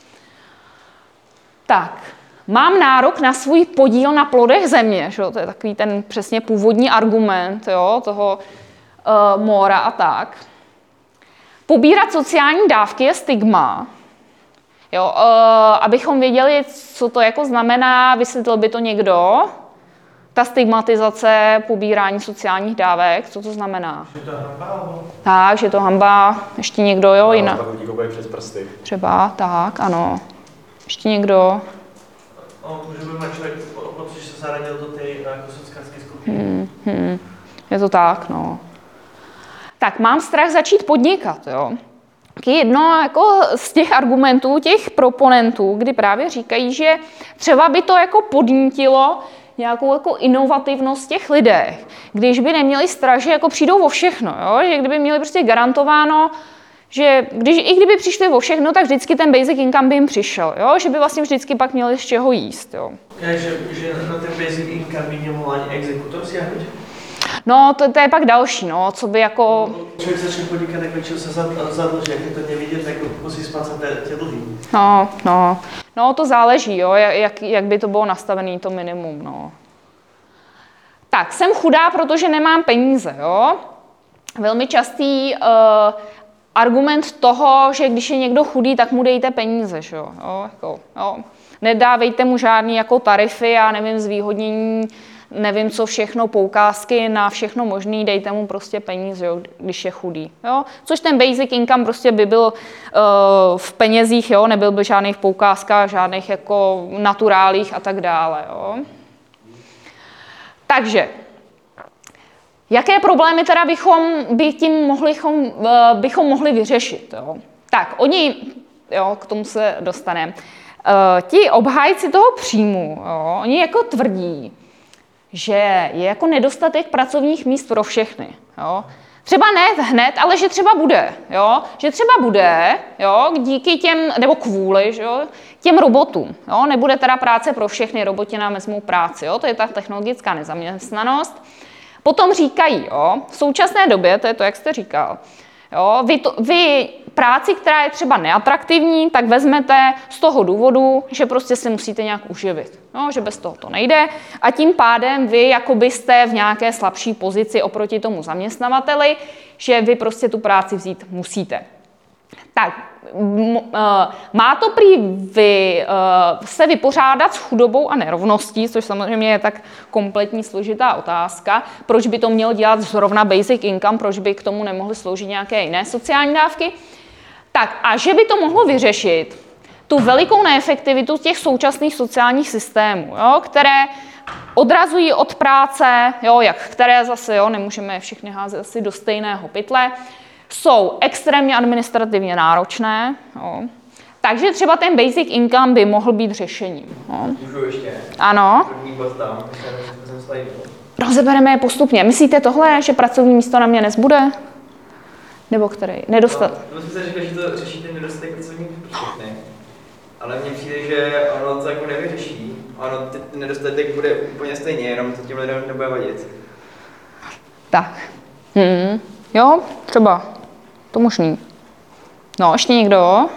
Tak, mám nárok na svůj podíl na plodech země, že jo? To je takový ten přesně původní argument, jo? Toho Mora a tak. Pobírat sociální dávky je stigma. Jo, abychom věděli, co to jako znamená, vysvětlil by to někdo? Ta stigmatizace pobírání sociálních dávek, co to znamená? Že to je hamba? Tak, že to hamba, ještě někdo, jo? No, tak lidi koukají přes prsty. Třeba, tak, ano. Ještě někdo? Může být člověk, protože se zaradil do té jako sociální skupiny. Je to tak, no. Tak, mám strach začít podnikat, jo? Jedno jako z těch argumentů, těch proponentů, kdy právě říkají, že třeba by to jako podnítilo nějakou jako inovativnost těch lidech, když by neměli strach, že jako přijdou o všechno, jo? Že kdyby měli prostě garantováno, že i kdyby přišli o všechno, tak vždycky ten basic income by jim přišel, jo? Že by vlastně vždycky pak měli z čeho jíst. Jo? Že na ten basic income by nemohl ani exekutor siahnuť? No, to je pak další, no, co by jako... Člověk začne podnikat, tak většinou se zadluží, jak je to nevidět, tak musí splácat ty dluhy. No, to záleží, jo, jak by to bylo nastavené, to minimum, no. Tak, jsem chudá, protože nemám peníze, jo. Velmi častý argument toho, že když je někdo chudý, tak mu dejte peníze, že jo. Jo. Nedávejte mu žádný jako tarify, já nevím, zvýhodnění, nevím co všechno, poukázky na všechno možný, dejte mu prostě peníze, jo, když je chudý. Jo? Což ten basic income prostě by byl v penězích, jo? Nebyl by žádných poukázkách, žádných jako naturálích a tak dále. Jo? Takže, jaké problémy teda bychom mohli vyřešit? Jo? Tak, jo, k tomu se dostaneme. Ti obhájci toho příjmu, jo, oni jako tvrdí, že je jako nedostatek pracovních míst pro všechny. Jo. Třeba ne hned, ale že třeba bude. Jo. Že třeba bude, jo, díky těm, nebo kvůli, jo, těm robotům. Jo. Nebude teda práce pro všechny, roboti nám vezmou práci. Jo. To je ta technologická nezaměstnanost. Potom říkají, jo, v současné době, to je to, jak jste říkal, jo, vy práci, která je třeba neatraktivní, tak vezmete z toho důvodu, že prostě si musíte nějak uživit. No, že bez toho to nejde a tím pádem vy jakoby jste v nějaké slabší pozici oproti tomu zaměstnavateli, že vy prostě tu práci vzít musíte. Tak, má to prý se vypořádat s chudobou a nerovností, což samozřejmě je tak kompletní složitá otázka. Proč by to měl dělat zrovna basic income, proč by k tomu nemohly sloužit nějaké jiné sociální dávky? Tak a že by to mohlo vyřešit tu velikou neefektivitu těch současných sociálních systémů, jo, které odrazují od práce, jo, které zase jo, nemůžeme všechny házet asi do stejného pytle, jsou extrémně administrativně náročné, jo. Takže třeba ten basic income by mohl být řešením. Jo. Můžu ještě? Ano. První bod tam, jsem slajdu. Rozebereme je postupně. Myslíte tohle, že pracovní místo na mě nezbude? Nebo který? Nedostat? No, to jste řekli, že to řeší ten nedostatek pracovních všechny. Ale mně přijde, že ono to jako nevyřeší. Ono ten nedostatek bude úplně stejně, jenom to těm lidem nebude vadit. Tak. Jo, třeba. To možný. No, ještě někdo?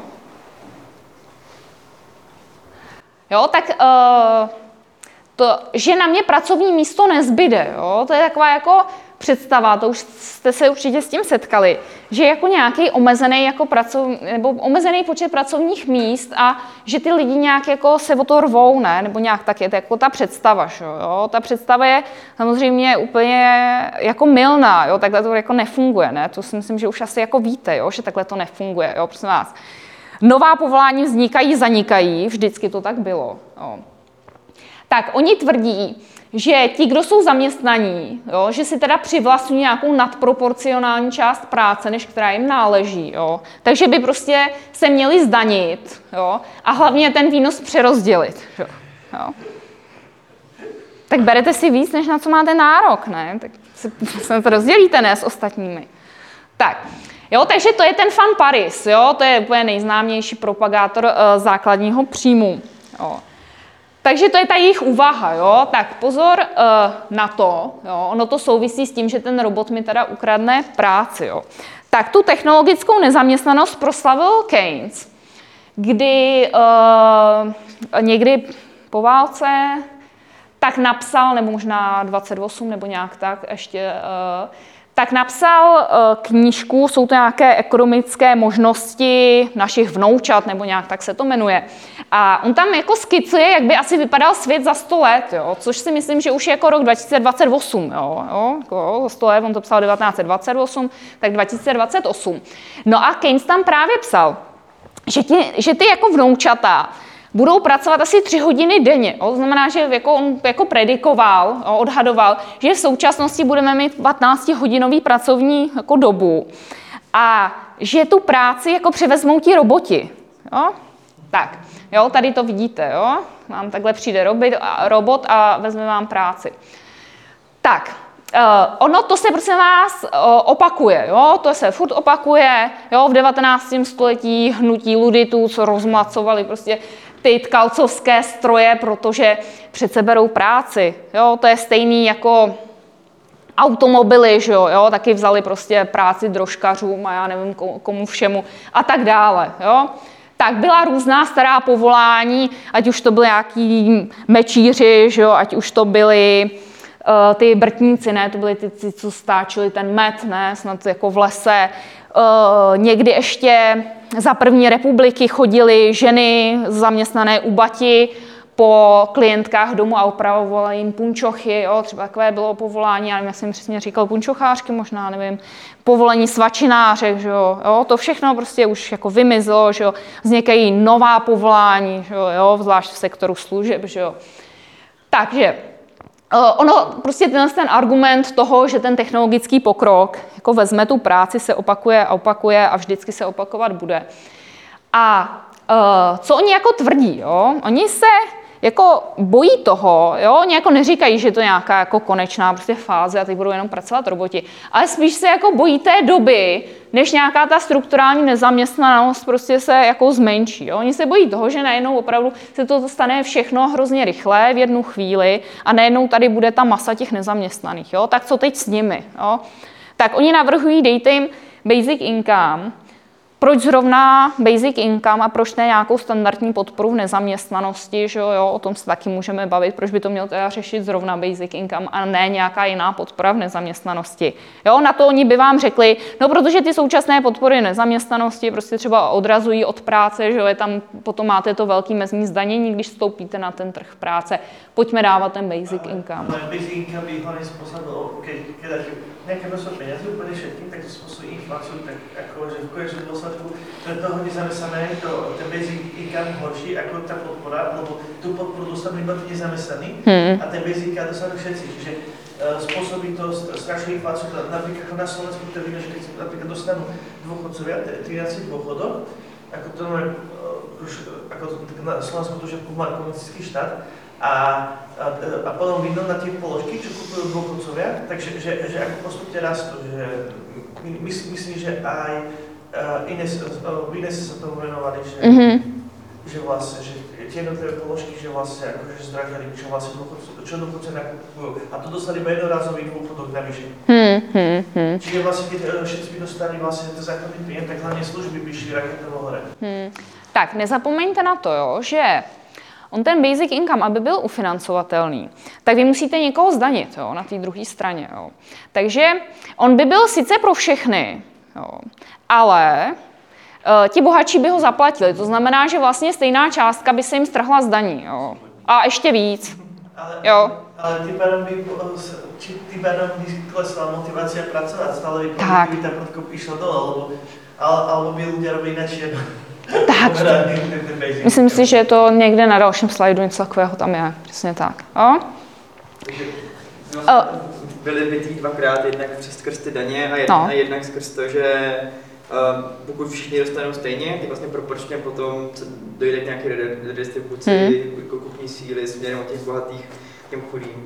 Jo, tak to, že na mě pracovní místo nezbyde, jo, to je taková jako představa, to už jste se určitě s tím setkali, že jako nějaký omezený jako nebo omezený počet pracovních míst a že ty lidi nějak jako se o to rvou, ne? Nebo nějak tak je to jako ta představa, jo? Ta představa je samozřejmě úplně jako mylná, jo? Takhle to jako nefunguje, ne? To si myslím, že už asi jako víte, jo? Že takhle to nefunguje, jo? Prosím vás. Nová povolání vznikají, zanikají, vždycky to tak bylo, jo? tak oni tvrdí, že ti, kdo jsou zaměstnaní, jo, že si teda přivlastní nějakou nadproporcionální část práce, než která jim náleží. Jo. Takže by prostě se měli zdanit, jo, a hlavně ten výnos přerozdělit. Jo. Tak berete si víc, než na co máte nárok, ne? Tak se to rozdělíte, ne, s ostatními. Tak, jo, takže to je ten Fan Paris, jo, to je úplně nejznámější propagátor základního příjmu. Jo. Takže to je ta jejich úvaha, jo. Tak pozor na to, jo. Ono to souvisí s tím, že ten robot mi teda ukradne práci, jo. Tak tu technologickou nezaměstnanost proslavil Keynes, kdy někdy po válce tak napsal, nebo možná 28, nebo nějak tak ještě, tak napsal knížku, jsou to nějaké ekonomické možnosti našich vnoučat, nebo nějak tak se to jmenuje. A on tam jako skicuje, jak by asi vypadal svět za 100 let, jo, což si myslím, že už je jako rok 2028, jo, za 100 let, on to psal 1928, tak 2028. No a Keynes tam právě psal, že ty jako vnoučata budou pracovat asi 3 hodiny denně. To znamená, že jako on jako predikoval, odhadoval, že v současnosti budeme mít 15-hodinový pracovní jako dobu a že tu práci jako převezmou ti roboti. Jo? Tak, jo, tady to vidíte, jo? Vám takhle přijde robot a vezme vám práci. Tak, ono to se prosím vás opakuje, jo? To se furt opakuje, jo? V 19. století hnutí luditů, co rozmlacovali prostě ty tkalcovské stroje, protože přece berou práci. Jo? To je stejný jako automobily, že jo? Taky vzali prostě práci drožkařům a já nevím komu všemu a tak dále. Jo? Tak byla různá stará povolání, ať už to byly nějaký mečíři, že jo? Ať už to byli ty brtníci, ne? To byli ty, co stáčeli ten med, ne? Snad jako v lese. Někdy ještě za první republiky chodily ženy zaměstnané u bati po klientkách domu a opravovaly jim punčochy, jo, třeba takové bylo povolání, já nevím, já jsem přesně říkal punčochářky, možná, nevím, povolení svačináře, že jo, to všechno prostě už jako vymizelo, že jo, vznikají nová povolání, že jo, zvlášť v sektoru služeb, že jo. Takže ono prostě ten argument toho, že ten technologický pokrok jako vezme tu práci, se opakuje a opakuje a vždycky se opakovat bude. A co oni jako tvrdí, jo? Oni se jako bojí toho, jo? Oni jako neříkají, že to je nějaká jako konečná prostě fáze a teď budou jenom pracovat roboti, ale spíš se jako bojí té doby, než nějaká ta strukturální nezaměstnanost prostě se jako zmenší. Jo? Oni se bojí toho, že najednou opravdu se to stane všechno hrozně rychle v jednu chvíli a najednou tady bude ta masa těch nezaměstnaných. Jo? Tak co teď s nimi? Jo? Tak oni navrhují, dejte jim basic income. Proč zrovna basic income a proč ne nějakou standardní podporu v nezaměstnanosti, že jo, o tom se taky můžeme bavit, proč by to měl teda řešit zrovna basic income a ne nějaká jiná podpora v nezaměstnanosti. Jo, na to oni by vám řekli, no protože ty současné podpory nezaměstnanosti prostě třeba odrazují od práce, že jo, je tam, potom máte to velký mezní zdanění, když vstoupíte na ten trh práce. Pojďme dávat ten basic income. Ale basic income by hlavne spôsobil, keď nejaké množstvo peniazy úplne všetkým, tak to spôsobí infláciu, tak akože v konečnom dôsledku pre toho nezamestnaného to ten basic income horší ako tá podpora, lebo tú podporu dostanú iba tí nezamestnaní a ten basic income dostanú všetci. Čiže spôsobí to strašnú infláciu. Napríklad na Slovensku to vidno, že keď napríklad dostanú dôchodcovia 13 dôchodok, ako to ako na Slovensku to, že má komunistický štát, a potom vidno na tie položky, čo kupujú dôchodcovia, takže že ako postupne rastú, že myslím, že aj Ines sa tomu venovali, že vlastne, že tie jednotlivé položky, že vlastne akože zdražali, čo vlastne dôchodce nakupujú. A to dostali iba jednorazový dôchodok navyše. Čiže vlastne, keď všetci by dostali vlastne ten základný príjem, tak hlavne služby by šli raketovo hore. Tak, nezapomeňte na to, jo, že on ten basic income, aby byl ufinancovatelný, tak vy musíte někoho zdanit, jo, na té druhé straně. Jo. Takže on by byl sice pro všechny, jo, ale ti bohatší by ho zaplatili. To znamená, že vlastně stejná částka by se jim strhla z daní. Jo. A ještě víc. Ale tým pádom by klesla motivácia pracovať, stále by produktivita prudko išla dole, alebo by ľudia robili inačie. Tak, myslím si, že je to někde na dalším slajdu, něco takového tam je, přesně tak. Jo? Takže vlastně byly bytý dvakrát, jednak skrz ty daně a jednak skrz to, že pokud všichni dostanou stejně, tak vlastně proporčně potom dojde k nějaké redistribuci kupní síly směrem od těch bohatých k těm chudým.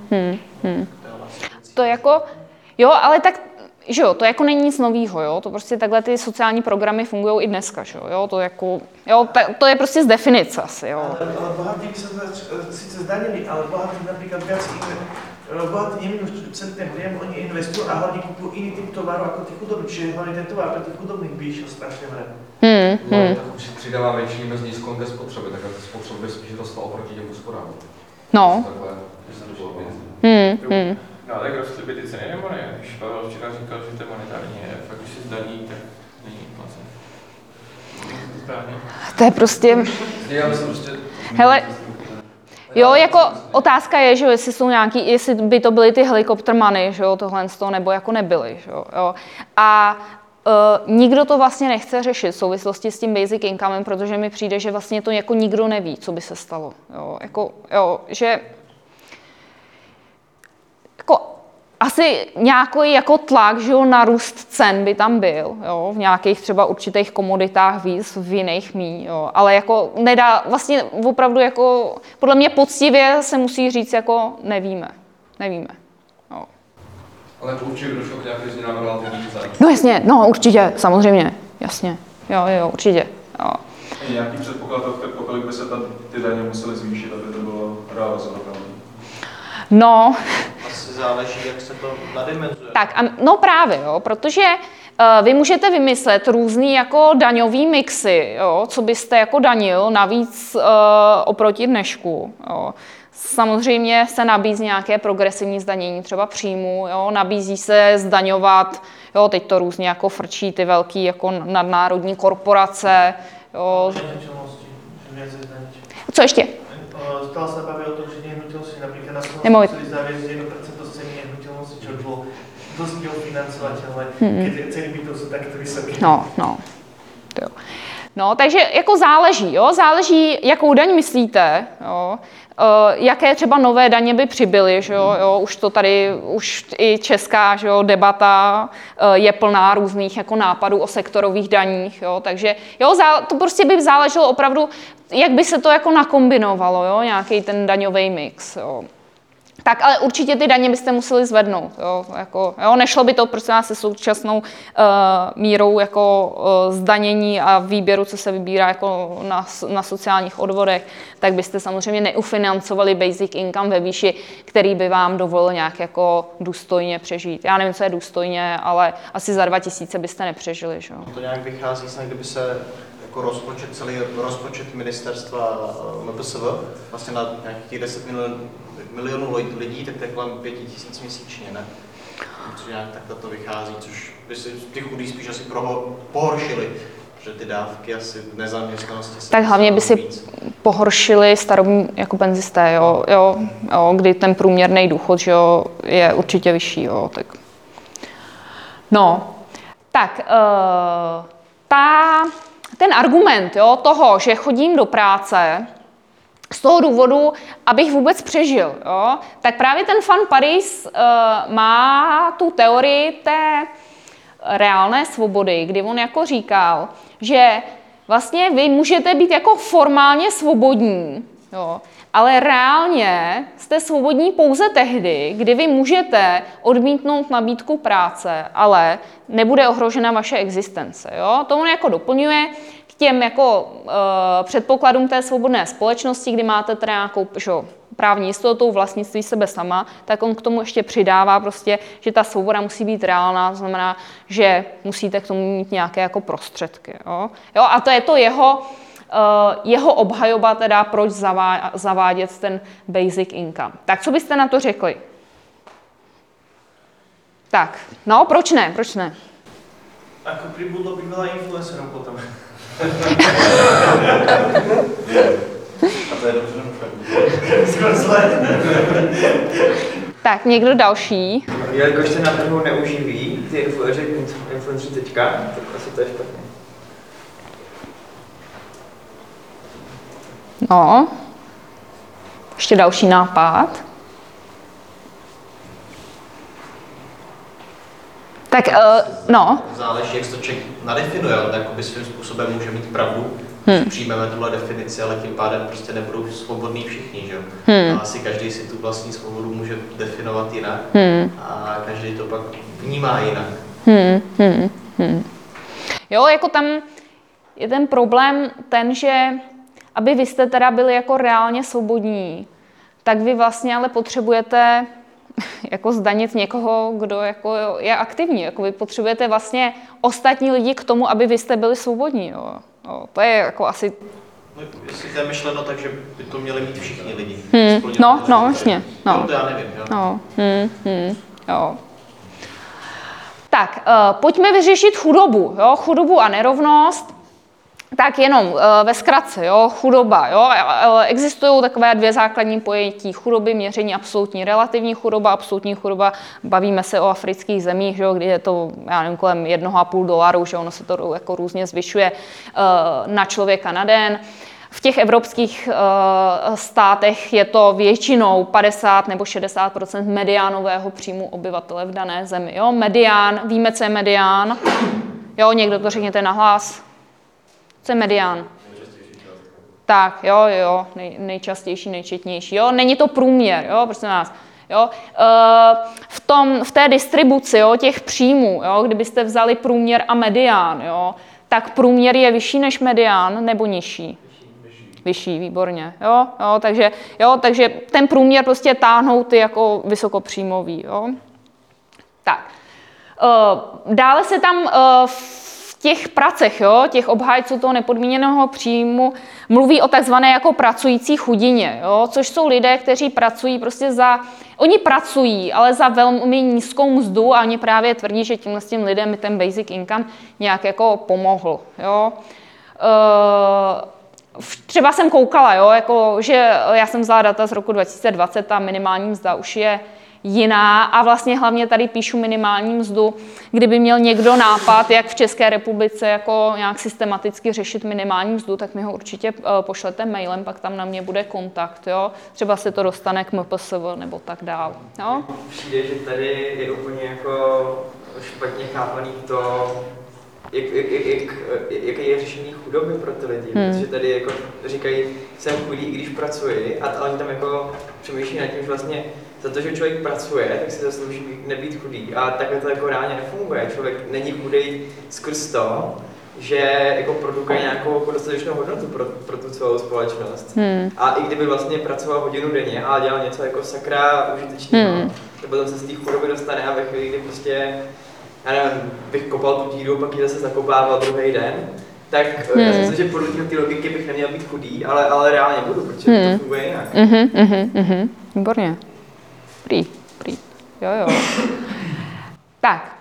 To jako, jo, ale tak, že jo, to jako není nic novýho, jo, to prostě takhle ty sociální programy fungují i dneska, že jo, to jako, jo, to je prostě z definice asi, jo. Ale bohatí by se sice zdanili, ale bohatí například bohatí neminú celý ten príjem, oni investujú a hlavne kúpujú iný typ tovaru ako tí chudobní, čiže hlavne ten tovar pre tých chudobných by išiel strašne vrem. Tak už si přidává větší mezní sklon ke spotřeby, tak jako spotřeba by spíš rostla oproti těm úsporám. No. Takhle, že se to bylo No tak rostly by ty ceny nebo ne? Když Pavel včera říkal, že to je monetární jev, a když se zdaní, tak není inflace. To je prostě... Já myslím prostě... Hele, jo, jako otázka je, že jestli by to byly ty helikoptermany, že jo, tohle z toho, nebo jako nebyly, že jo. A nikdo to vlastně nechce řešit v souvislosti s tím basic incomem, protože mi přijde, že vlastně to jako nikdo neví, co by se stalo, jo, že asi nějaký jako tlak, že jo, na růst cen by tam byl, jo, v nějakých třeba určitých komoditách víc, v jiných míň, jo, ale jako nedá, vlastně opravdu jako, podle mě poctivě se musí říct jako nevíme, jo. Ale to určitě došlo k nějaké změnám relativních cen. No jasně, no určitě, samozřejmě, jasně, jo, určitě, jo. Je nějaký předpoklad, o kolik by se ty daně musely zvýšit, aby to bylo realizovatelné? No. Asi záleží, jak se to nadimenzuje. Tak, no právě, jo, protože vy můžete vymyslet různý jako daňový mixy, jo, co byste jako danil navíc oproti dnešku. Jo. Samozřejmě se nabízí nějaké progresivní zdanění třeba příjmu, jo, nabízí se zdaňovat, jo, teď to různě jako frčí ty velký jako nadnárodní korporace. Jo. Co ještě? Stále sa baví o tom, že nehnuteľnosti napríklad na Slovensku chceli zaviesť 1% z ceny nehnuteľnosti, čo bolo dosť neofinancovateľné, keď ceny bytov sú takto vysoké. No, takže jako záleží, jakou daň myslíte, jo. Jaké třeba nové daně by přibyly, že jo, už to tady, už i česká, že jo, debata je plná různých jako nápadů o sektorových daních, jo, takže jo, to prostě by záleželo opravdu, jak by se to jako nakombinovalo, jo, nějaký ten daňový mix, jo. Tak ale určitě ty daně byste museli zvednout, jo, nešlo by to prostě se současnou mírou jako zdanění a výběru, co se vybírá jako na sociálních odvodech, tak byste samozřejmě neufinancovali basic income ve výši, který by vám dovolil nějak jako důstojně přežít. Já nevím, co je důstojně, ale asi za 2000 byste nepřežili, že jo. To nějak vychází snad, kdyby se jako celý rozpočet ministerstva MPSV vlastně na nějakých 10 milionů lidí, tak to je kolem 5000 měsíčně, ne? Což nějak takhle to vychází, což by si ty chudí spíš asi pohoršili, že ty dávky asi v nezaměstnanosti. Tak hlavně by si pohoršili starobní jako penzisté, jo, kdy ten průměrný důchod, že jo, je určitě vyšší, jo, tak. No, tak ten argument, jo, toho, že chodím do práce z toho důvodu, abych vůbec přežil, jo, tak právě ten Fan Paris má tu teorii té reálné svobody, kdy on jako říkal, že vlastně vy můžete být jako formálně svobodní, jo, ale reálně jste svobodní pouze tehdy, kdy vy můžete odmítnout nabídku práce, ale nebude ohrožena vaše existence. Jo? To on jako doplňuje k těm jako předpokladům té svobodné společnosti, kdy máte teda nějakou právní jistotu, vlastnictví sebe sama, tak on k tomu ještě přidává prostě, že ta svoboda musí být reálná, to znamená, že musíte k tomu mít nějaké jako prostředky. Jo? A to je to jeho obhajoba teda, proč zavádět ten basic income. Tak co byste na to řekli? Tak, no, proč ne? Ako pribudlo by veľa influencerov potom. A to je dobře. Skoro zle. Tak, někdo další? Jelikož se na trhu neuživí ty influenceři teďka, tak asi to je špatně. No. Ještě další nápad. Tak, no. Záleží, jak se to člověk nadefinuje, ale jakoby svým způsobem může mít pravdu, že přijmeme tuhle definici, ale tím pádem prostě nebudou svobodní všichni, že jo? A asi každý si tu vlastní svobodu může definovat jinak a každý to pak vnímá jinak. Jo, jako tam je ten problém ten, že aby vy jste teda byli jako reálně svobodní, tak vy vlastně ale potřebujete jako zdanit někoho, kdo jako je aktivní. Jako vy potřebujete vlastně ostatní lidi k tomu, aby vy jste byli svobodní. Jo. No, to je jako asi... No, jestli to je myšleno tak, že by to měli mít všichni lidi. No, vlastně. No, to já nevím. Jo. Jo. Tak, pojďme vyřešit chudobu. Jo? Chudobu a nerovnost. Tak jenom ve zkratce, jo, chudoba. Jo. Existují takové dvě základní pojetí chudoby, měření absolutní, relativní chudoba. Absolutní chudoba, bavíme se o afrických zemích, že jo, kdy je to, já nevím, kolem $1,5, že ono se to jako různě zvyšuje na člověka na den. V těch evropských státech je to většinou 50 nebo 60% mediánového příjmu obyvatele v dané zemi. Jo. Medián, víme, co je medián? Jo, někdo to řekněte nahlas. Co je medián? Tak, jo, nejčastější, nejčetnější. Jo. Není to průměr, jo, prosím nás. Jo. V té distribuci, jo, těch příjmů, jo, kdybyste vzali průměr a medián, jo, tak průměr je vyšší než medián nebo nižší? Vyšší, výborně. Takže ten průměr prostě táhnou ty jako vysokopříjmový. Jo. Tak. Dále se tam v těch pracech, jo, těch obhájců toho nepodmíněného příjmu mluví o takzvané jako pracující chudině, jo, což jsou lidé, kteří pracují prostě oni pracují, ale za velmi nízkou mzdu a oni právě tvrdí, že tímhle s tím lidem ten basic income nějak jako pomohl. Jo. Třeba jsem koukala, jo, jako, že já jsem vzala data z roku 2020, ta minimální mzda už je jiná a vlastně hlavně tady píšu minimální mzdu, kdyby měl někdo nápad, jak v České republice jako nějak systematicky řešit minimální mzdu, tak mi ho určitě pošlete mailem, pak tam na mě bude kontakt, jo. Třeba se to dostane k MPSV nebo tak dál. Jo. Přijde, že tady je úplně jako špatně chápaný to, jaké je řešení chudoby pro ty lidi, protože tady jako říkají, jsem chudý, i když pracuji, a oni tam jako přemýšlí nad tím, že vlastně za to, že člověk pracuje, tak si zaslouží nebýt chudý. A takhle to jako reálně nefunguje. Člověk není chudý skrz to, že jako produkuje nějakou dostatečnou hodnotu pro tu celou společnost. A i kdyby vlastně pracoval hodinu denně a dělal něco jako sakra užitečného, tak potom se z té chudoby dostane a ve chvíli, kdy prostě já nevím, bych kopal tu díru, pak ji zase zakopával druhý den, tak já si myslím, že podle té logiky bych neměl být chudý, ale reálně budu, protože to funguje jinak. Výborně. Prý. Jo. Tak,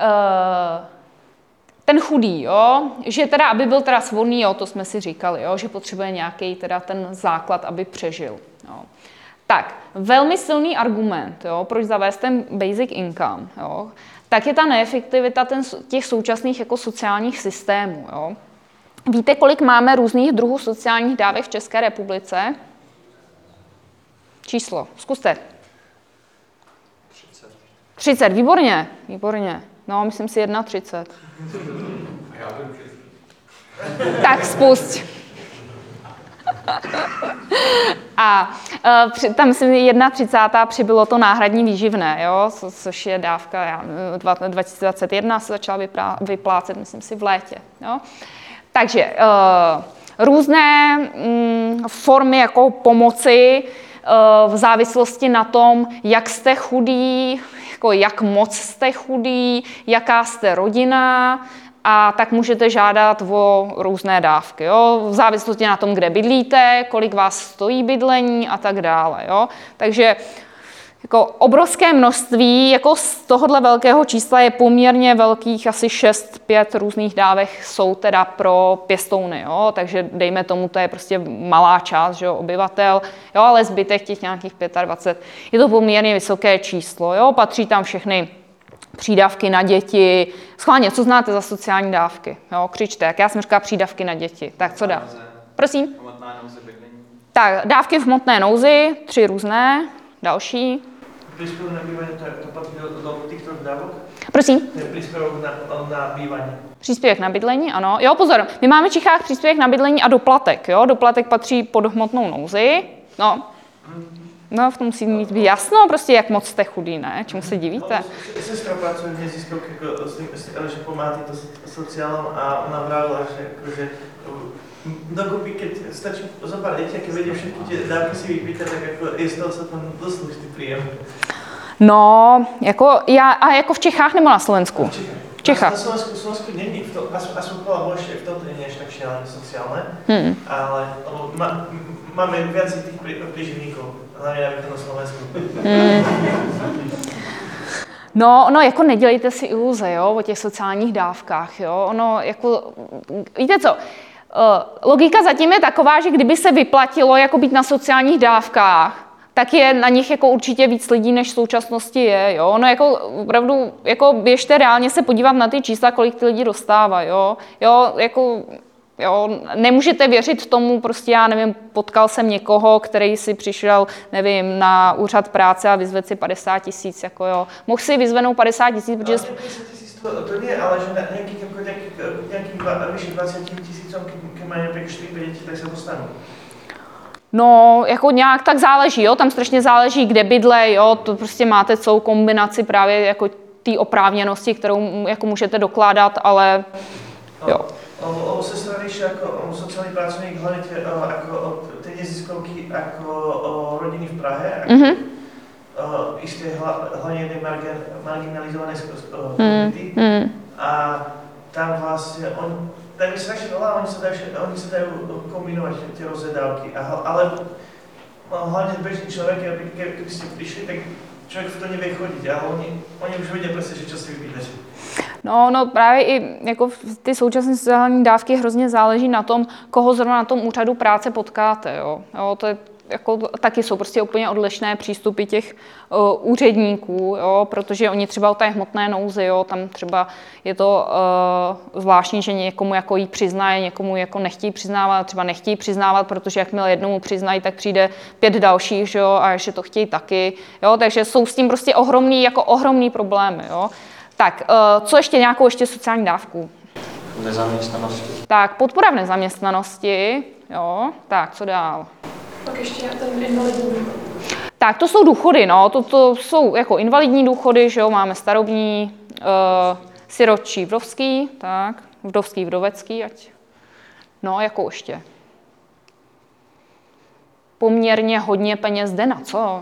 ten chudý, jo, že teda, aby byl teda svobodný, jo, to jsme si říkali, jo, že potřebuje nějaký teda ten základ, aby přežil. Jo. Tak, velmi silný argument, jo, proč zavést ten basic income, jo, tak je ta neefektivita těch současných jako sociálních systémů. Jo. Víte, kolik máme různých druhů sociálních dávek v České republice? Číslo, zkuste. 30, výborně. No, myslím si 31. Tak spusť. A tam myslím 31. přibylo to náhradní výživné, jo, což je dávka 2021 se začala vyplácet, myslím si, v létě. Jo. Takže různé formy jako pomoci v závislosti na tom, jak jste chudý, jako jak moc jste chudý, jaká jste rodina, a tak můžete žádat o různé dávky, jo? V závislosti na tom, kde bydlíte, kolik vás stojí bydlení a tak dále. Jo? Takže jako obrovské množství, jako z tohohle velkého čísla je poměrně velkých, asi 6-5 různých dávek jsou teda pro pěstouny, jo? Takže dejme tomu, to je prostě malá část, že jo, obyvatel, jo? Ale zbytek těch nějakých 25, je to poměrně vysoké číslo, jo? Patří tam všechny přídavky na děti. Schválně, co znáte za sociální dávky? Jo, křičte, jak já jsem říkala přídavky na děti. Tak co dál? Prosím? Tak, dávky v hmotné nouzi, 3 různé, další. Príspevok na bývanie, to patrí do týchto dávok? Prosím. To je príspevok na bývanie. Příspěvek na bydlení, ano. Jo, pozor, my máme v Čechách příspěvek na bydlení a doplatek, jo. Doplatek patří pod hmotnou nouzi, no, v tom musí mít být jasno, prostě jak moc jste chudý, ne? Čemu se divíte? Sestra pracuje v neziskovke, že pomáhá týmto sociálom a ona vravila, že dokopy, keď stačí zo pár detí, keď vedie všetky tie dávky si vypýtať, tak ako je z toho sa tam dosť určitý príjem. No, jako v Čechách nebo na Slovensku? V Čechách. Na Slovensku není, aspoň ešte v tomto nie je až tak šialené sociálne, ale máme viac tých príživníkov, hlavne napríklad na Slovensku. No, jako nedělejte si iluze, jo, o těch sociálních dávkách, jo, ono jako, víte co, logika zatím je taková, že kdyby se vyplatilo jako být na sociálních dávkách, tak je na nich jako určitě víc lidí, než v současnosti je, jo, ono jako opravdu, jako běžte reálně se podívat na ty čísla, kolik ty lidi dostávají, jo, jako, jo, nemůžete věřit tomu, prostě já nevím, potkal jsem někoho, který si přišel, nevím, na úřad práce a vyzvedl si 50 000, jako jo. Mohl si vyzvednout 50 000, protože... To nie, ale že nejakých vyšších 20 000, keď majú napríklad 4 děti, tak sa dostanú. No, jako nějak tak záleží, jo, tam strašně záleží, kde bydle, jo, to prostě máte celou kombinaci právě jako té oprávněnosti, kterou jako můžete dokládat, ale jo. Lebo sestra ríši ako sociálny pracovník hlavne ako tie neziskovky ako rodiny v Prahe, ako isté hlavne jednej marginalizovanej komunity. A tam vlastne tam je strašne veľa, oni sa dajú kombinovať tie rôzne dávky. Ale hlavne bežný človek, keby ste prišli, tak člověk v to nevie chodiť, ale oni už vedia presne, čo si vypýtať. No, právě i jako ty současné sociální dávky hrozně záleží na tom, koho zrovna na tom úřadu práce potkáte, jo. To je jako, taky jsou prostě úplně odlišné přístupy těch úředníků, jo, protože oni třeba o té hmotné nouzi, jo, tam třeba je to zvláštní, že někomu jako jí přiznají, někomu jako nechtějí přiznávat, třeba nechtějí přiznávat, protože jakmile jednomu přiznají, tak přijde 5 dalších, jo, a ještě to chtějí taky, jo, takže jsou s tím prostě ohromný problémy, jo. Tak, co ještě nějakou sociální dávku? Nezaměstnanosti. Tak, podpora v nezaměstnanosti, jo, tak, co dál? Pak ještě ten invalidní důchod. Tak, to jsou důchody, no, to jsou jako invalidní důchody, že jo, máme starobní, sirotčí, vdovský, tak, vdovský, vdovecký, ať, no, jako ještě. Poměrně hodně peněz jde na co?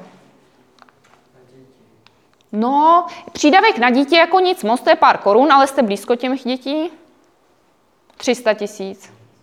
No, přídavek na dítě jako nic moc, to je pár korun, ale jste blízko těch dětí. 300 000.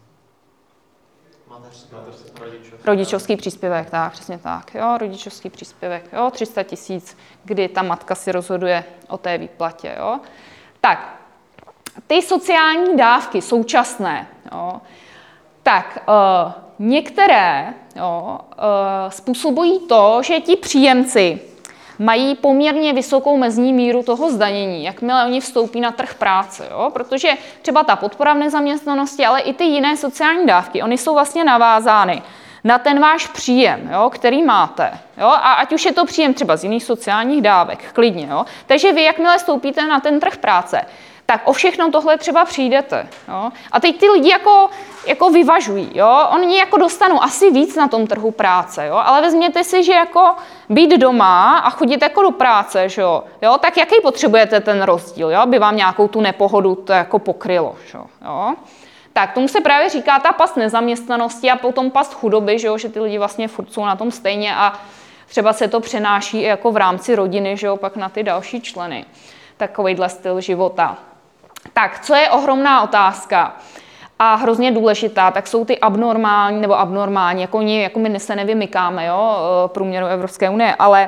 Rodičovský příspěvek, tak, přesně tak. Jo, rodičovský příspěvek, jo, 300 000, kdy ta matka si rozhoduje o té výplatě, jo. Tak, ty sociální dávky současné, jo, tak některé způsobují to, že ti příjemci mají poměrně vysokou mezní míru toho zdanění, jakmile oni vstoupí na trh práce, jo? Protože třeba ta podpora v nezaměstnanosti, ale i ty jiné sociální dávky, oni jsou vlastně navázány na ten váš příjem, jo, který máte. Jo? A ať už je to příjem třeba z jiných sociálních dávek, klidně. Jo? Takže vy, jakmile vstoupíte na ten trh práce, tak o všechno tohle třeba přijdete. Jo? A teď ty lidi jako vyvažují. Jo? Oni jako dostanou asi víc na tom trhu práce, jo? Ale vezměte si, že jako být doma a chodit jako do práce, že jo? Tak jaký potřebujete ten rozdíl, jo? Aby vám nějakou tu nepohodu to jako pokrylo. Že jo? Tak tomu se právě říká ta past nezaměstnanosti a potom past chudoby, že jo? Že ty lidi vlastně furt jsou na tom stejně a třeba se to přenáší i jako v rámci rodiny, že jo? Pak na ty další členy. Takovejhle styl života. Tak, co je ohromná otázka a hrozně důležitá, tak jsou ty abnormální, jako my se nevymykáme, jo, průměru Evropské unie, ale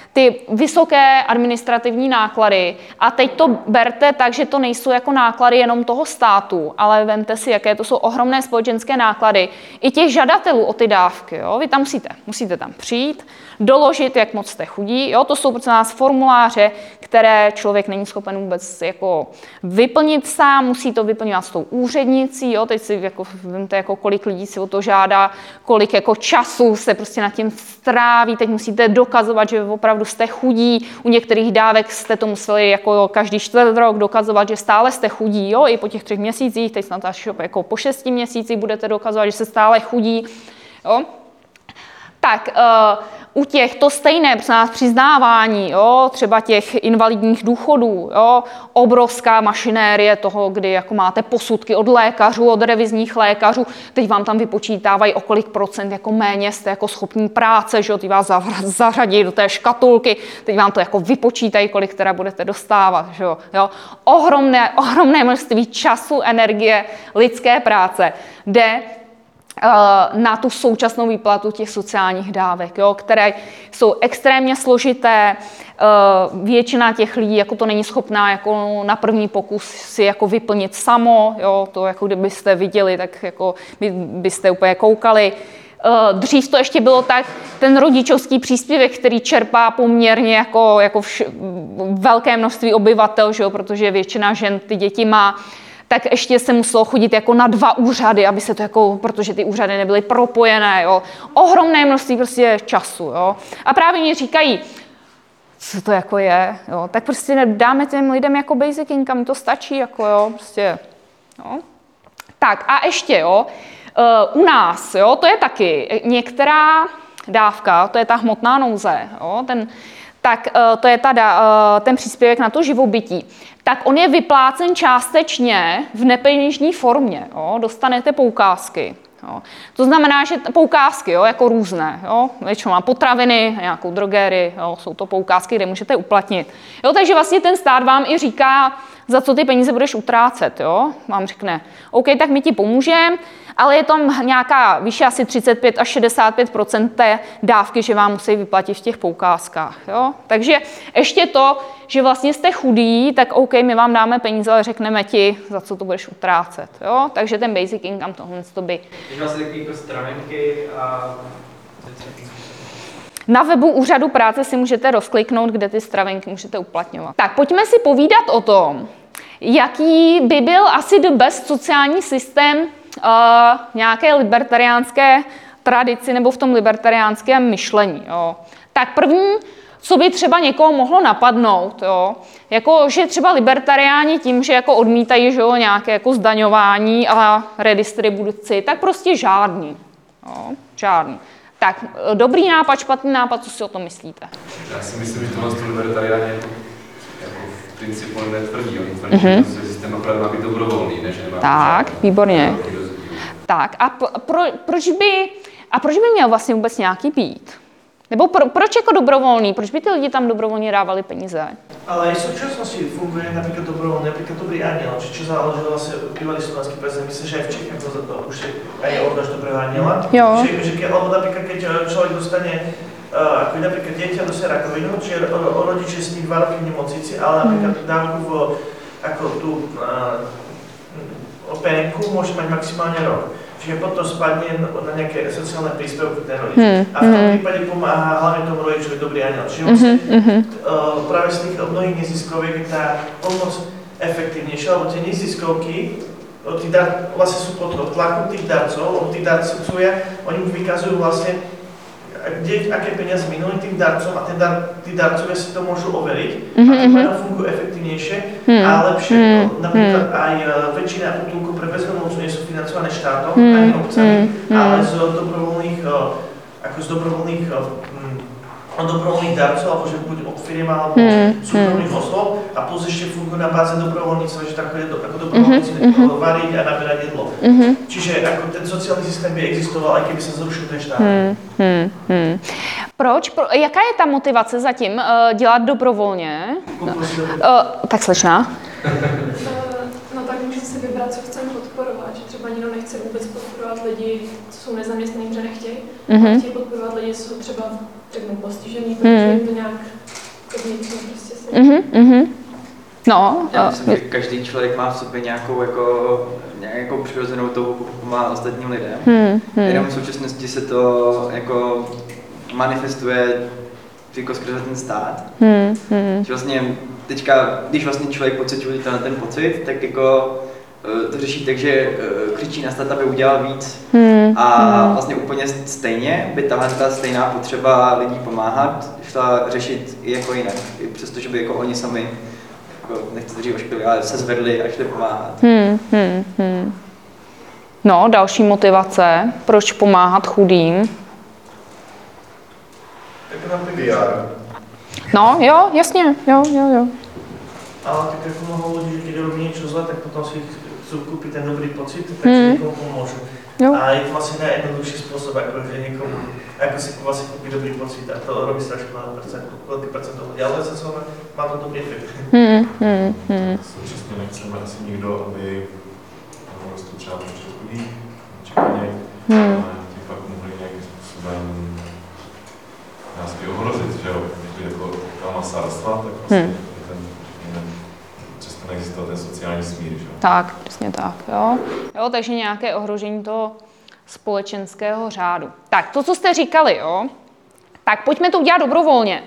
ty vysoké administrativní náklady. A teď to berte tak, že to nejsou jako náklady jenom toho státu, ale vemte si, jaké to jsou ohromné společenské náklady i těch žadatelů o ty dávky. Jo? Vy tam musíte tam přijít, doložit, jak moc jste chudí. Jo? To jsou pro nás formuláře, které člověk není schopen vůbec jako vyplnit sám, musí to vyplňovat s tou úřednicí. Jo? Teď si jako, vemte, jako kolik lidí si o to žádá, kolik jako času se prostě nad tím stráví. Teď musíte dokazovat, že opravdu jste chudí. U některých dávek jste to museli jako každý čtvrt rok dokazovat, že stále jste chudí. Jo? I po těch 3 měsících, teď snad až jako po 6 měsících budete dokazovat, že jste stále chudí. Jo? Tak u těch to stejné přiznávání, jo, třeba těch invalidních důchodů, jo, obrovská mašinérie toho, kdy jako máte posudky od lékařů, od revizních lékařů, teď vám tam vypočítávají, o kolik procent jako méně jste jako schopní práce, že jo, ty vás zařadí do té škatulky, teď vám to jako vypočítají, kolik teda budete dostávat, že jo. Ohromné množství času, energie, lidské práce jde na tu současnou výplatu těch sociálních dávek, jo, které jsou extrémně složité. Většina těch lidí jako to není schopná jako na první pokus si jako vyplnit samo, jo, to jako kdybyste viděli, tak jako byste úplně koukali. Dřív to ještě bylo tak, ten rodičovský příspěvek, který čerpá poměrně jako velké množství obyvatel, že jo, protože většina žen ty děti má, tak ještě se muselo chodit jako na 2 úřady, aby se to jako, protože ty úřady nebyly propojené, jo. Ohromné množství prostě času, jo. A právě mi říkají, co to jako je, jo. Tak prostě dáme těm lidem jako basic income, to stačí, jako jo, prostě, jo. Tak a ještě, jo, u nás, jo, to je taky některá dávka, to je ta hmotná nouze, jo, to je ten příspěvek na to živobytí, tak on je vyplácen částečně v nepeněžní formě. Jo? Dostanete poukázky. Jo? To znamená, že poukázky, jo, jako různé, jo? Většinou má potraviny, nějakou drogérii, jo? Jsou to poukázky, kde můžete uplatnit. Jo? Takže vlastně ten stát vám i říká, za co ty peníze budeš utrácet. Jo? Vám řekne, OK, tak my ti pomůžeme, ale je tam nějaká výše asi 35 až 65% té dávky, že vám musí vyplatit v těch poukázkách. Jo? Takže ještě to, že vlastně jste chudí, tak OK, my vám dáme peníze, ale řekneme ti, za co to budeš utrácet. Jo? Takže ten basic income tohle to by. Takže vlastně takový jako stránky a... Na webu Úřadu práce si můžete rozkliknout, kde ty stravenky můžete uplatňovat. Tak pojďme si povídat o tom, jaký by byl asi the best sociální systém nějaké libertariánské tradici nebo v tom libertariánském myšlení. Jo. Tak první, co by třeba někoho mohlo napadnout, jo, jako že třeba libertariáni tím, že jako odmítají, že jo, nějaké jako zdaňování a redistribuci, tak prostě žádný. Jo, žádný. Tak dobrý nápad, špatný nápad, co si o tom myslíte? Já si myslím, že tohle libertariáni jako v principu netvrdí. Oni tvrdí, že to systém opravdu má být dobrovolný, než nemá. Tak, výborně. Tak a proč by měl vlastně vůbec nějaký být? Nebo proč jako dobrovolný? Proč by ty lidi tam dobrovolně dávali peníze? Ale i v současnosti funguje například dobrovolně, například Dobrý aniel, čo založil vlastně bývalý slovenský prezident, myslím, že aj v Čechách už je odnož Dobrého aniela. Že alebo napríklad, keď človek dostane, ako napríklad dieťa dostane rakovinu, čiže rodiče s ním 2 roky v nemocnici, ale napríklad dávku ako tú penku môže mať maximálne rok. Čiže potom spadne na nejaké sociálne príspevky ten rodič. A v tom prípade pomáha hlavne tomu rodičovi Dobrý aniel. Čiže vlastne práve z tých mnohých neziskoviek je tá pomoc efektívnejšia, lebo tie neziskovky vlastne sú pod tlakom tých darcov, lebo tí darcovia, oni vykazujú vlastne, aké peniaze minuli tým darcom a tí darcovia si to môžu overiť a tým fungujú efektívnejšie a lepšie. Napríklad aj väčšina útulkov pre bezdomovcov nie sú financované štátom ani obcami, ale z dobrovoľných darcov, alebo že buď od firiem alebo súkromných osôb a plus ešte fungujú na báze dobrovoľníctva, že tak ako dobrovoľníci variť a naberať jedlo. Čiže ako ten sociálny systém by existoval, aj keby sa zrušil ten štát. Proč? Jaká je ta motivace zatím dělat dobrovolně? Tak slečná. No tak můžete si vybrat, co chceme podporovat, že třeba nikdo nechce vůbec podporovat lidi, co jsou nezaměstnaní, že nechtějí. Chtějí podporovat lidi, co jsou třeba postižený, protože jim to nějak vnitřně prostě se. No, Já myslím, že každý člověk má v sobě nějakou přirozenou touhu pomáhat ostatním lidem. Jenom v současnosti se to jako manifestuje jako skrze ten stát. Že vlastně teďka, když vlastně člověk pociťuje ten pocit, tak jako to řeší tak, že křičí na stát, aby udělal víc. A vlastně úplně stejně by ta stejná potřeba lidí pomáhat šla řešit i jako jinak. Přestože by jako oni sami, jako, nechci to říct ošklivě, ale se zvedli a šli pomáhat. No, další motivace, proč pomáhat chudým. Tak na PR. No, jo, jasně, jo. Ale tak jako mnoho lidí, že když robí něco zle, tak potom si chcú kúpiť ten dobrý pocit, takže někomu pomôžu. Jo. A je to vlastně nejjednodušší způsob, jako, že někomu, jako si vlastně koupí dobrý pocit a to robí strašně velký procento lidí, ale zase má to dobrý efekt. Současně nechceme asi nikdo, aby prostě třeba přišel chudý, nečekaně, ale ti fakt mohli nějakým způsobem nás i ohrozit, že jo, jako ta masa rostla, tak vlastně přesto neexistoval ten sociální smír, že jo. Tak, přesně tak, jo. Takže nějaké ohrožení toho společenského řádu. Tak, to, co jste říkali, jo, tak pojďme to udělat dobrovolně,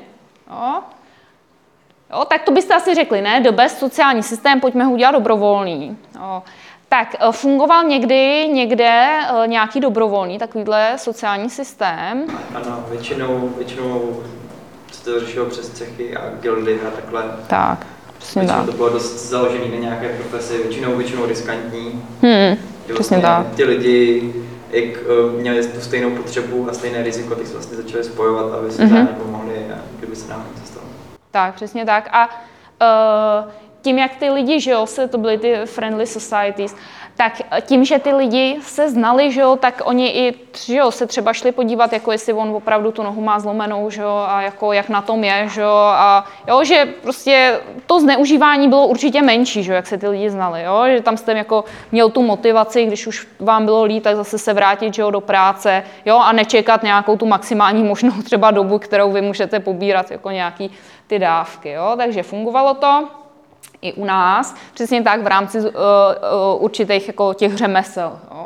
jo, tak to byste asi řekli, ne, bez sociální systém, pojďme ho udělat dobrovolný, jo. Tak fungoval někde nějaký dobrovolný takovýhle sociální systém? Ano, většinou se to řešilo přes cechy a gildy a takhle. Tak, přesně tak. To bylo dost založené na nějaké profesi, většinou riskantní. Přesně tak. Ty lidi, jak měli tu stejnou potřebu a stejné riziko, tak se vlastně začali spojovat, aby se vzájemně pomohli a kdyby se nám něco stalo. Tak, přesně tak. A tím, jak ty lidi, že jo, to byly ty friendly societies, tak tím, že ty lidi se znali, že jo, tak oni i, že jo, se třeba šli podívat, jako jestli on opravdu tu nohu má zlomenou, že jo, a jako jak na tom je, že jo, a jo, že prostě to zneužívání bylo určitě menší, že jo, jak se ty lidi znali, jo, že tam jste jako měl tu motivaci, když už vám bylo líp, tak zase se vrátit, že jo, do práce, jo, a nečekat nějakou tu maximální možnou třeba dobu, kterou vy můžete pobírat jako nějaký ty dávky, jo, takže fungovalo to. I u nás, přesně tak v rámci určitých jako těch řemesel. Jo.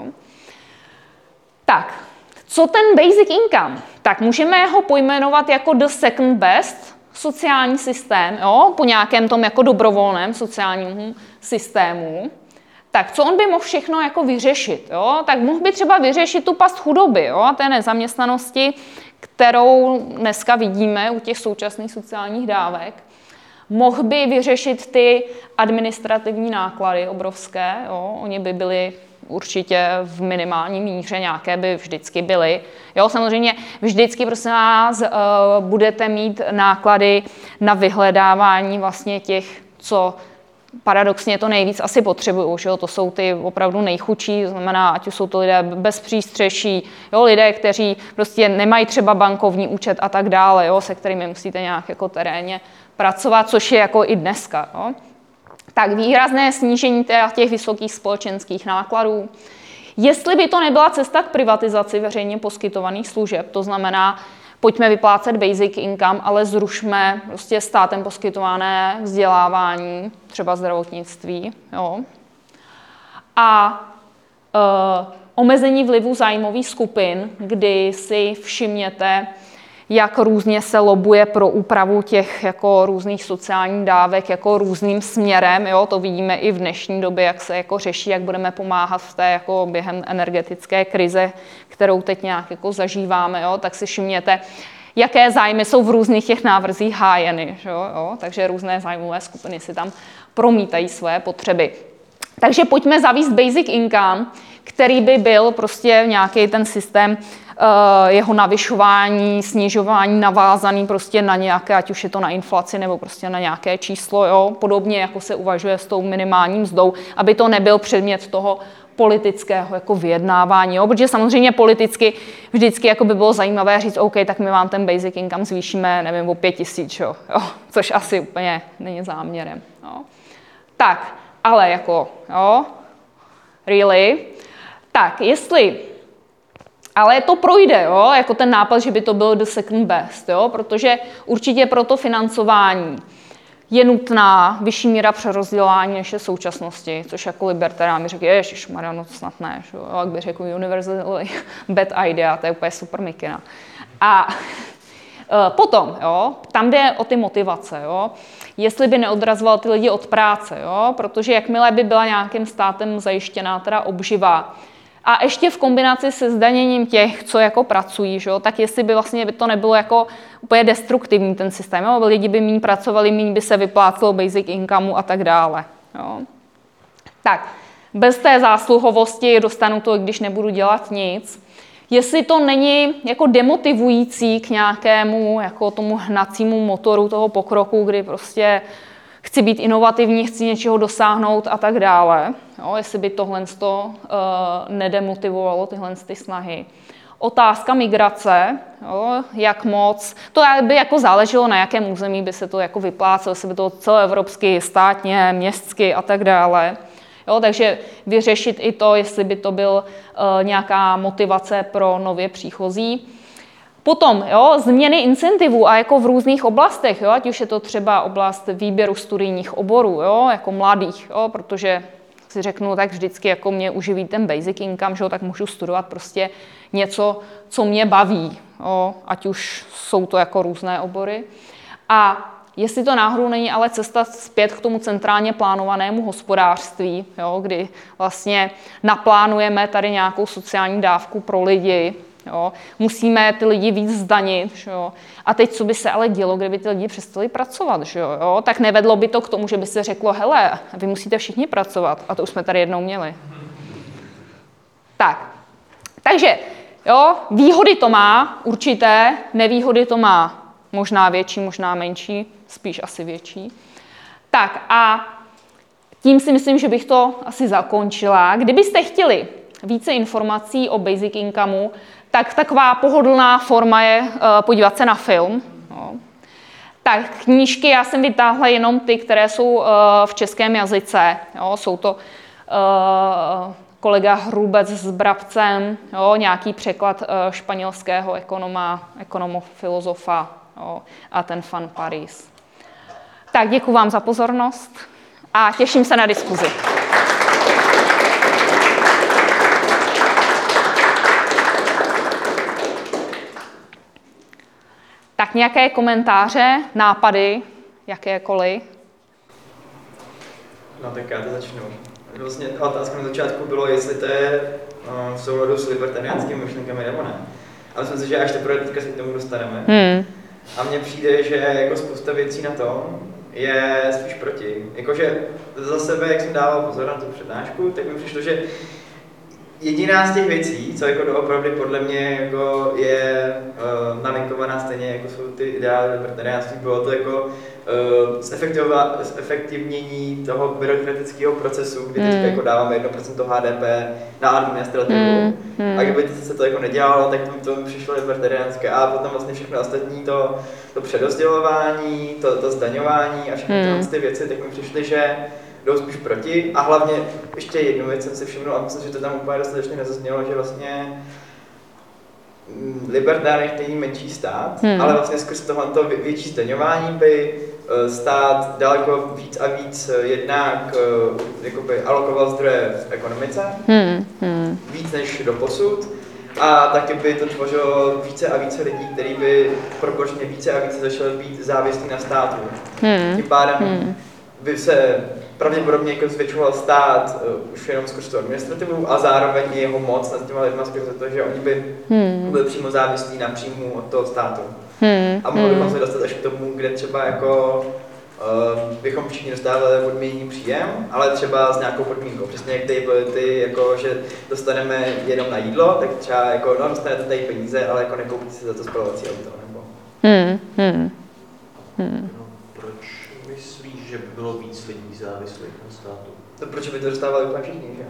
Tak, co ten basic income? Tak můžeme ho pojmenovat jako the second best sociální systém, jo, po nějakém tom jako dobrovolném sociálním systému. Tak co on by mohl všechno jako vyřešit? Jo? Tak mohl by třeba vyřešit tu past chudoby, jo, a té nezaměstnanosti, kterou dneska vidíme u těch současných sociálních dávek. Mohl by vyřešit ty administrativní náklady obrovské, jo? Oni by byly určitě v minimální míře, nějaké by vždycky byly. Jo, samozřejmě vždycky, prosím vás, budete mít náklady na vyhledávání vlastně těch, co paradoxně to nejvíc asi potřebují, že jo? To jsou ty opravdu nejchudší, to znamená, ať už jsou to lidé bez přístřeší, jo? Lidé, kteří prostě nemají třeba bankovní účet a tak dále, jo? Se kterými musíte nějak jako terénně pracovat, což je jako i dneska. Jo? Tak výrazné snížení těch vysokých společenských nákladů. Jestli by to nebyla cesta k privatizaci veřejně poskytovaných služeb, to znamená, pojďme vyplácet basic income, ale zrušme prostě státem poskytované vzdělávání, třeba zdravotnictví. Jo? A omezení vlivu zájmových skupin, kdy si všimněte, jak různě se lobuje pro úpravu těch jako různých sociálních dávek jako různým směrem. Jo? To vidíme i v dnešní době, jak se jako řeší, jak budeme pomáhat v té jako během energetické krize, kterou teď nějak jako zažíváme. Jo? Tak si všimněte, jaké zájmy jsou v různých těch návrzích hájeny. Jo? Takže různé zájmové skupiny si tam promítají své potřeby. Takže pojďme zavést basic income, který by byl prostě nějaký ten systém jeho navyšování, snižování navázaný prostě na nějaké, ať už je to na inflaci nebo prostě na nějaké číslo, jo, podobně jako se uvažuje s tou minimální mzdou, aby to nebyl předmět toho politického jako vyjednávání, jo, protože samozřejmě politicky vždycky jako by bylo zajímavé říct, OK, tak my vám ten basic income zvýšíme, nevím, o 5 000, jo, což asi úplně není záměrem, jo. Tak, ale jako, jo, really, tak, jestli Ale to projde, jo, jako ten nápad, že by to byl the second best, jo, protože určitě pro to financování je nutná vyšší míra přerozdělování než je v současnosti, což jako libertarián mi řekl, ježišmarja, no to snad ne, jo, jak by řekl universally bad idea, to je úplně super mikina. A potom, jo, tam jde o ty motivace, jo, jestli by neodrazoval ty lidi od práce, jo, protože jakmile by byla nějakým státem zajištěná teda obživa, a ještě v kombinaci se zdaněním těch, co jako pracují, že? Tak jestli by vlastně by to nebylo jako úplně destruktivní ten systém. Jo? Lidi by méně pracovali, méně by se vyplácelo basic income a tak dále. Jo? Tak, bez té zásluhovosti dostanu to, když nebudu dělat nic. Jestli to není jako demotivující k nějakému jako tomu hnacímu motoru toho pokroku, kdy prostě chci být inovativní, chci něčeho dosáhnout a tak dále. Jo, jestli by tohle nedemotivovalo tyhle snahy. Otázka migrace, jo, jak moc, to by jako záleželo, na jakém území by se to jako vyplácelo, jestli by to celoevropsky, státně, městsky a tak dále. Jo, takže vyřešit i to, jestli by to byl nějaká motivace pro nově příchozí. Potom změny incentivů a jako v různých oblastech, jo, ať už je to třeba oblast výběru studijních oborů, jo, jako mladých, jo, protože si řeknu, tak vždycky jako mě uživí ten basic income, že, tak můžu studovat prostě něco, co mě baví, jo, ať už jsou to jako různé obory. A jestli to náhodou není ale cesta zpět k tomu centrálně plánovanému hospodářství, jo, kdy vlastně naplánujeme tady nějakou sociální dávku pro lidi, jo, musíme ty lidi víc zdanit, jo. A teď, co by se ale dělo, kdyby ty lidi přestali pracovat, že jo? Tak nevedlo by to k tomu, že by se řeklo, hele, vy musíte všichni pracovat, a to už jsme tady jednou měli. Tak, takže, jo, výhody to má určité, nevýhody to má možná větší, možná menší, spíš asi větší. Tak a tím si myslím, že bych to asi zakončila. Kdybyste chtěli více informací o basic incomeu, tak taková pohodlná forma je podívat se na film. No. Tak knížky, já jsem vytáhla jenom ty, které jsou v českém jazyce. Jo. Jsou to kolega Hrubec s Brabcem, jo, nějaký překlad španělského ekonomofilozofa, jo, a ten Fan Paris. Tak děkuji vám za pozornost a těším se na diskuzi. Tak nějaké komentáře, nápady, jakékoliv? No tak já to začnu. Vlastně otázka na začátku bylo, jestli to je v souladu s libertariánskými myšlenkami nebo ne. A myslím si, že až teprve teďka se k tomu dostaneme. A mně přijde, že jako spousta věcí na tom je spíš proti. Jakože za sebe, jak jsem dával pozor na tu přednášku, tak mi přišlo, že jediná z těch věcí, co jako doopravdy podle mě jako je nalinkovaná stejně jako jsou ty ideály libertariánství, bylo to jako zefektivnění toho byrokratického procesu, kdy teďka jako dáváme 1% HDP na administrativu. A kdyby se to jako nedělalo, tak to mi přišlo libertariánské. A potom vlastně všechno ostatní, to přerozdělování, to zdaňování a všechny ty věci, tak mi přišly, že jdou spíš proti. A hlavně ještě jednu věc jsem si všimnul, a myslím, že to tam úplně dostatečně nezaznělo, že vlastně libertarián není menší stát, ale vlastně skrz tohoto větší zdaňování by stát daleko víc a víc jednak jakoby alokoval zdroje v ekonomice, víc než doposud, a taky by to tvořilo více a více lidí, kteří by proporčně více a více začali být závislí na státu. Tím pádem by se pravděpodobně jako zvětšoval stát už jenom skrz tu administrativu a zároveň i jeho moc nad těma lidma skrze to, že oni by byli přímo závislí na příjmu od toho státu. A mohli bychom se dostat až k tomu, kde třeba jako bychom všichni dostávali podmíněný příjem, ale třeba s nějakou podmínkou. Přesně jak tady byly ty, jako, že dostaneme jenom na jídlo, tak třeba jako, no, dostanete tady peníze, ale jako nekoupíte si za to spalovací auto, nebo... Proč myslíš, že by bylo víc lidí závislých na státu? To proč by to dostávali úplně všichni, že?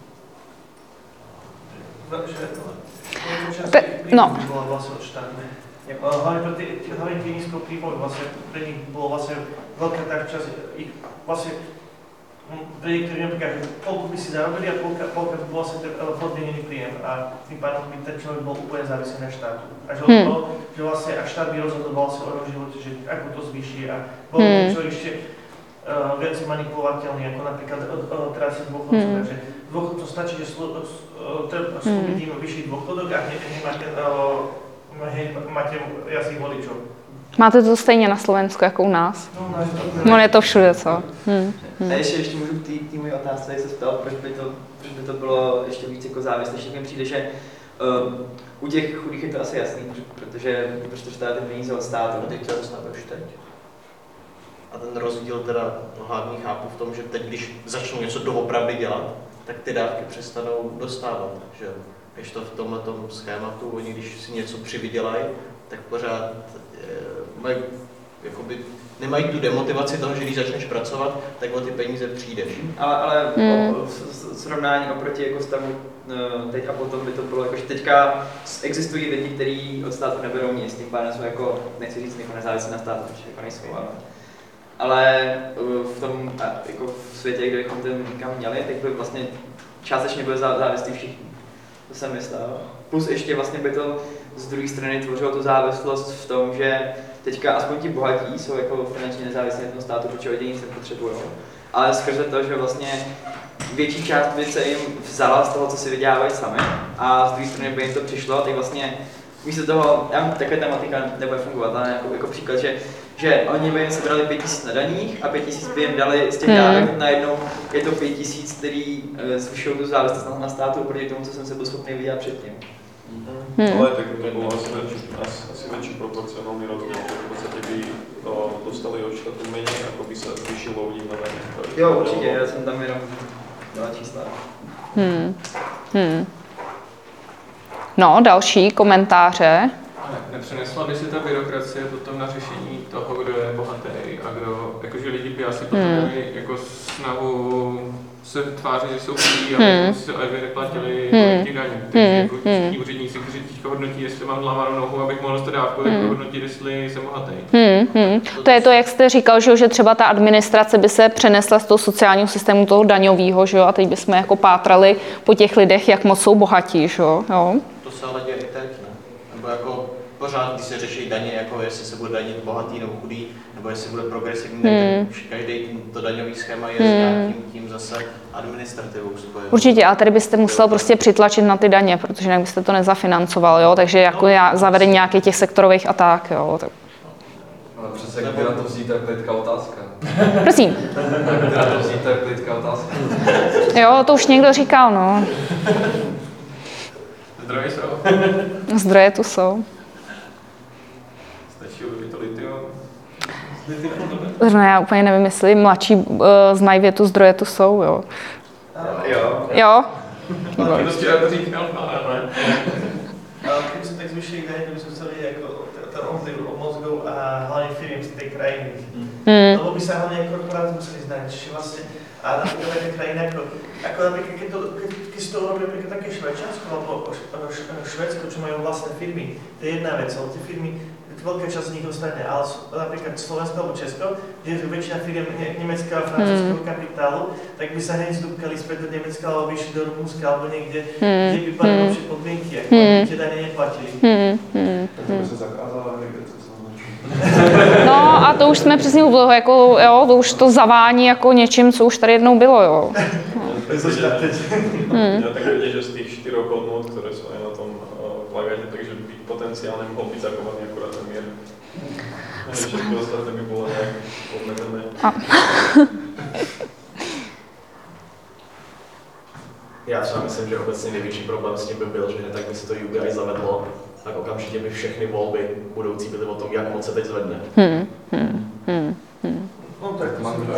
No. Hlavně pro ty nízkopříjmové vlastně pro nich bylo vlastně velká tak čas, vlastně pre niektorí napríklad, že polku by si zarobili a polka by bol asi podmienený príjem a tým pádom by ten človek bol úplne závislý na štátu. A že to, že vlastne a štát by rozhodoval si o jeho živote, že ako to zvýši a bol by človek ešte viac manipulovateľný, ako napríklad teraz je dôchodcov, takže dôchodcov stačí, že slúbiť im vyšší dôchodok a máte jasných voličov. Máte to stejně na Slovensku jako u nás? No, je to všude, co? A ještě můžu k té mojí otázce, jak se ptal, proč by to bylo ještě víc jako závislé. Mně přijde, že u těch chudých je to asi jasný, protože dostáváte peníze od státu. Teď to dostáváte už teď. A ten rozdíl teda hlavní chápu v tom, že teď, když začnou něco doopravdy dělat, tak ty dávky přestanou dostávat, že jo. Když to v tomhletom schématu, oni když si něco přivydělají, tak pořád nemají tu demotivaci toho, že když začneš pracovat, tak o ty peníze přijdeš. Ale srovnání oproti jako stavu teď a potom by to bylo jako, že teďka existují lidi, kteří od státu neberou nic, tím pádem jsou jako, nechci říct, jako nezávislí na státu, protože jako nejsou, ale v tom jako v světě, kde bychom ten income měli, tak by vlastně částečně byli závislí všichni. To jsem myslel. Plus ještě vlastně by to z druhé strany tvořilo tu závislost v tom, že teďka aspoň ti bohatí jsou jako finančně nezávislí na tom státu, protože oni nic nepotřebují. Ale skrze to, že vlastně větší část by se jim vzala z toho, co si vydělávají sami a z druhé strany by jim to přišlo, tak vlastně místo toho, takhle ta matika nebude fungovat, ale jako příklad, že oni by jim sebrali 5 000 na daních a 5 000 by jim dali z těch dávek, najednou je to 5 000, který zvyšují tu závislost na státu proti tomu, co jsem se byl schopný vydělat předtím. Ale tak to bolo asi väčší proporcionálny rozdiel, že v podstate by dostali od štátu menej, ako by sa zvýšilo u nich na daní. Jo, určitě, já jsem tam jenom dala čísla. No, další komentáře. Nepřinesla by si ta byrokracie potom na řešení toho, kdo je bohatý a kdo, jakože lidi by asi potom měli jako snahu se tvářit, že jsou chudí, aby si neplatili těch daní. Takže jako všichni úředníci, kteří teďka hodnotí, jestli mám zlámanou nohu, abych mohl dostat dávku, tak hodnotit, jestli jsem bohatý. To je to, jak jste říkal, že třeba ta administrace by se přenesla z toho sociálního systému toho daňového, že jo, a teď bychom jako pátrali po těch lidech, jak moc jsou bohatí, že jo. To se ale děje i teď, ne? Nebo jako pořád, když se řeší daně, jako jestli se bude danit bohatý nebo chudý, nebo jestli bude progresivní, tak každý to daňový schéma je s nějakým tím zase administrativou spojený. Určitě, ale tady byste musel prostě přitlačit na ty daně, protože jinak byste to nezafinancoval, jo, takže jako zavedení nějakých těch sektorových a tak, jo. Tak. Ale přece kde na to vzít, tak lidská otázka. Prosím. Kde na to vzít, tak lidská otázka. Jo, to už někdo říkal, no. Zdroje jsou. Zdroje tu jsou. Stačí objevit to litium. No, já úplně nevím, jestli mladší znají větu zdroje tu jsou, jo. Jo? Ale to včera to říkal, ale ne. Keby sme tak zvyšili daň, to by sme chceli ako ten odliv mozgov a hlavne firiem z tej krajiny. Lebo by sa hlavne korporáty museli znať, čiže vlastne a napríklad taká krajina ako napríklad, keď si to urobí napríklad také Švajčiarsko alebo Švédsko, čo majú vlastné firmy, to je jedna vec, ale tie firmy, veľká časť z nich ostane, ale napríklad Slovensko alebo Česko, kde je väčšina firiem nemeckého a francúzského kapitálu, tak by sa hneď zdúbkali späť do Nemecka alebo vyšli do Rumunska alebo niekde, kde by boli lepšie podmienky, ako by tie dane neplatili. Takže by sa zakázala emigrace. No a to už jsme přesně u toho, jako, jo, to už to zavání jako něčím, co už tady jednou bylo, jo. Ja tak vidieť, že z tých 4 hodnôt, ktoré sú aj na tom plagáte, takže by potenciálne mohol byť zachovaný akurát ten mier. Všetko ostatné by bolo nejak obmedzené. Já třeba myslím, že obecně největší problém s tím by byl, že tak by se to UBI zavedlo, tak okamžitě by všechny volby budoucí byly o tom, jak moc se teď zvedne. No tak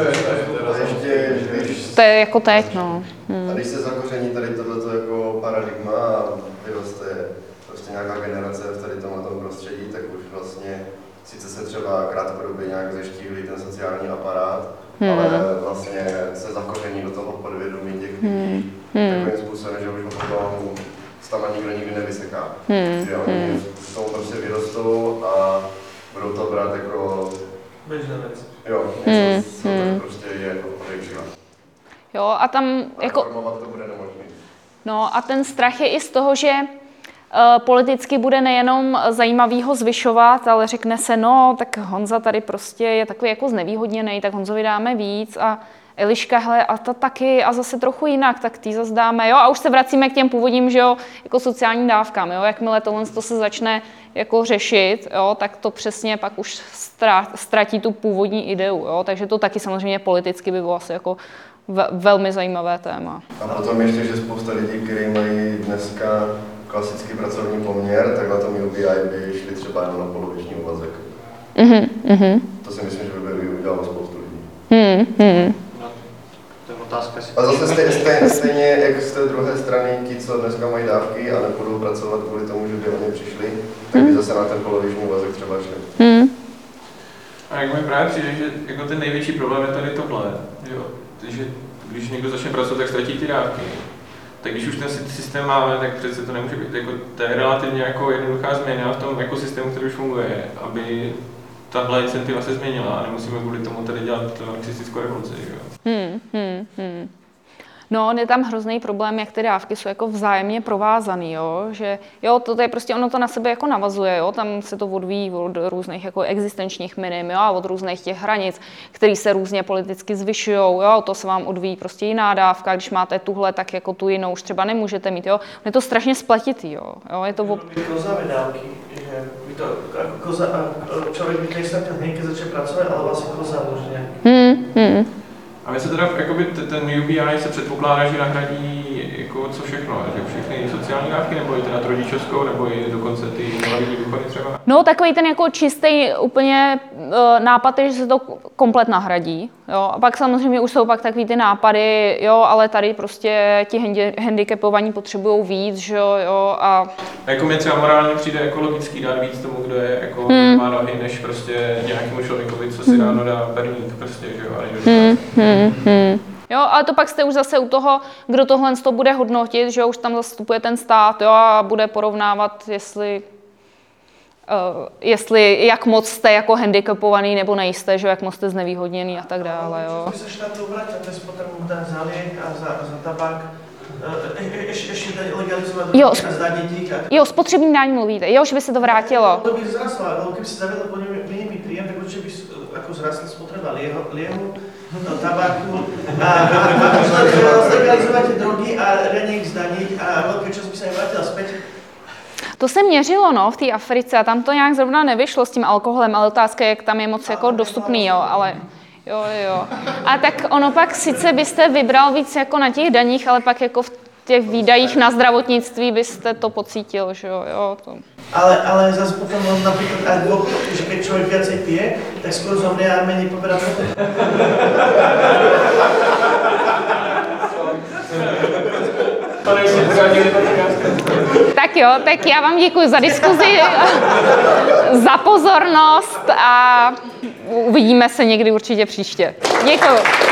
to je jako teď, no. A když se zakoření tady tohleto jako paradigma a vyroste prostě nějaká generace v tady tomhle prostředí, tak už vlastně sice se třeba krátkodobě nějak zeštíhlí ten sociální aparát, ale vlastně se zakoření do toho podvědomí těch lidí takovým způsobem, že už ho potom tam nikdo nikdy nevyseká. Že oni v tom prostě vyrostou a budou to brát jako běžná věc. Jo, něco, co tak prostě je odejčila. Jo, a tam jako... To bude nemožný. No a ten strach je i z toho, že politicky bude nejenom zajímavý ho zvyšovat, ale řekne se, no, tak Honza tady prostě je takový jako znevýhodněný, tak Honzovi dáme víc a Eliška, hele, a ta taky a zase trochu jinak, tak ty zase dáme, jo, a už se vracíme k těm původním, že jo, jako sociálním dávkám, jo, jakmile tohle se začne jako řešit, jo, tak to přesně pak už ztratí tu původní ideu, jo, takže to taky samozřejmě politicky by bylo asi jako velmi zajímavé téma. A potom ještě, že spousta lidí, kteří mají dneska klasický pracovní poměr, tak na tom UBI by šli třeba jenom na poloviční úvazek. To si myslím, že by udělalo spoustu lidí. To je otázka. A zase stejně jak z té druhé strany, ti, co dneska mají dávky a nebudou pracovat kvůli tomu, že by oni přišli, tak by zase na ten poloviční úvazek třeba šli. A jak mi právě přijde, že jako ten největší problém je tady tohle, jo. Takže když někdo začne pracovat, tak ztratí ty dávky. Tak když už ten systém máme, tak přece to nemůže být, jako, to je relativně jako jednoduchá změna v tom jako systému, který už funguje, aby tahle incentiva se změnila a nemusíme kvůli tomu tady dělat marxistickou revoluci. Jo. No, je tam hrozný problém, jak ty dávky jsou jako vzájemně provázaný, jo, že jo, to je prostě, ono to na sebe jako navazuje, jo, tam se to odvíjí od různých jako existenčních minim, jo, a od různých těch hranic, které se různě politicky zvyšujou, jo, to se vám odvíjí prostě jiná dávka, když máte tuhle, tak jako tu jinou už třeba nemůžete mít, jo, je to strašně spletitý, jo, je to... Kozavé dávky, že by to, člověk by nejsem někdy začne pracovat, ale vlastně koza možná. A my se teda, jakoby ten UBI se předpokládá, že nahradí jako co všechno, že všechny sociální dávky, nebo i teda rodičovskou, nebo i dokonce ty invalidní důchody třeba? No, takový ten jako čistý úplně nápad je, že se to komplet nahradí, jo, a pak samozřejmě už jsou pak takový ty nápady, jo, ale tady prostě ti handicapovaní potřebují víc, že jo, a... Jako mě třeba morálně přijde ekologický dát víc tomu, kdo je jako má nohy, než prostě nějakému člověkovi, co si ráno dá perník, prostě, že jo, ale Jo, ale to pak jste už zase u toho, kdo tohle to bude hodnotit, že už tam zastupuje ten stát, jo, a bude porovnávat, jestli jak moc jste jako handicapovaný nebo nejste, že jak moc jste znevýhodněný a tak dále, jo. Když se štátu vrátit, to je spotřebu za liek a za tabák, ještě tady legalizovat a za děti. Jo, spotřební daň mluvíte, jo, že by se to vrátilo. To by zraslo, ale kdyby se zavedl po něm minimální příjem, tak určitě by jako zrastla spotřeba liehu, tabáku a legalizovat drogy a reně zdanit a velké čas by se nevrátila zpět. To se měřilo, no, v té Africe a tam to nějak zrovna nevyšlo s tím alkoholem, ale otázka je, jak tam je moc jako dostupný, jo, ale jo. A tak ono pak sice byste vybral víc jako na těch daních, ale pak jako v těch výdajích na zdravotnictví byste to pocítil, že jo, to. Ale zase potom například, že když člověk viacej pije, tak skoro zomrie a méně pobírá to. Tak jo, tak já vám děkuji za diskuzi, za pozornost a uvidíme se někdy určitě příště. Děkuji.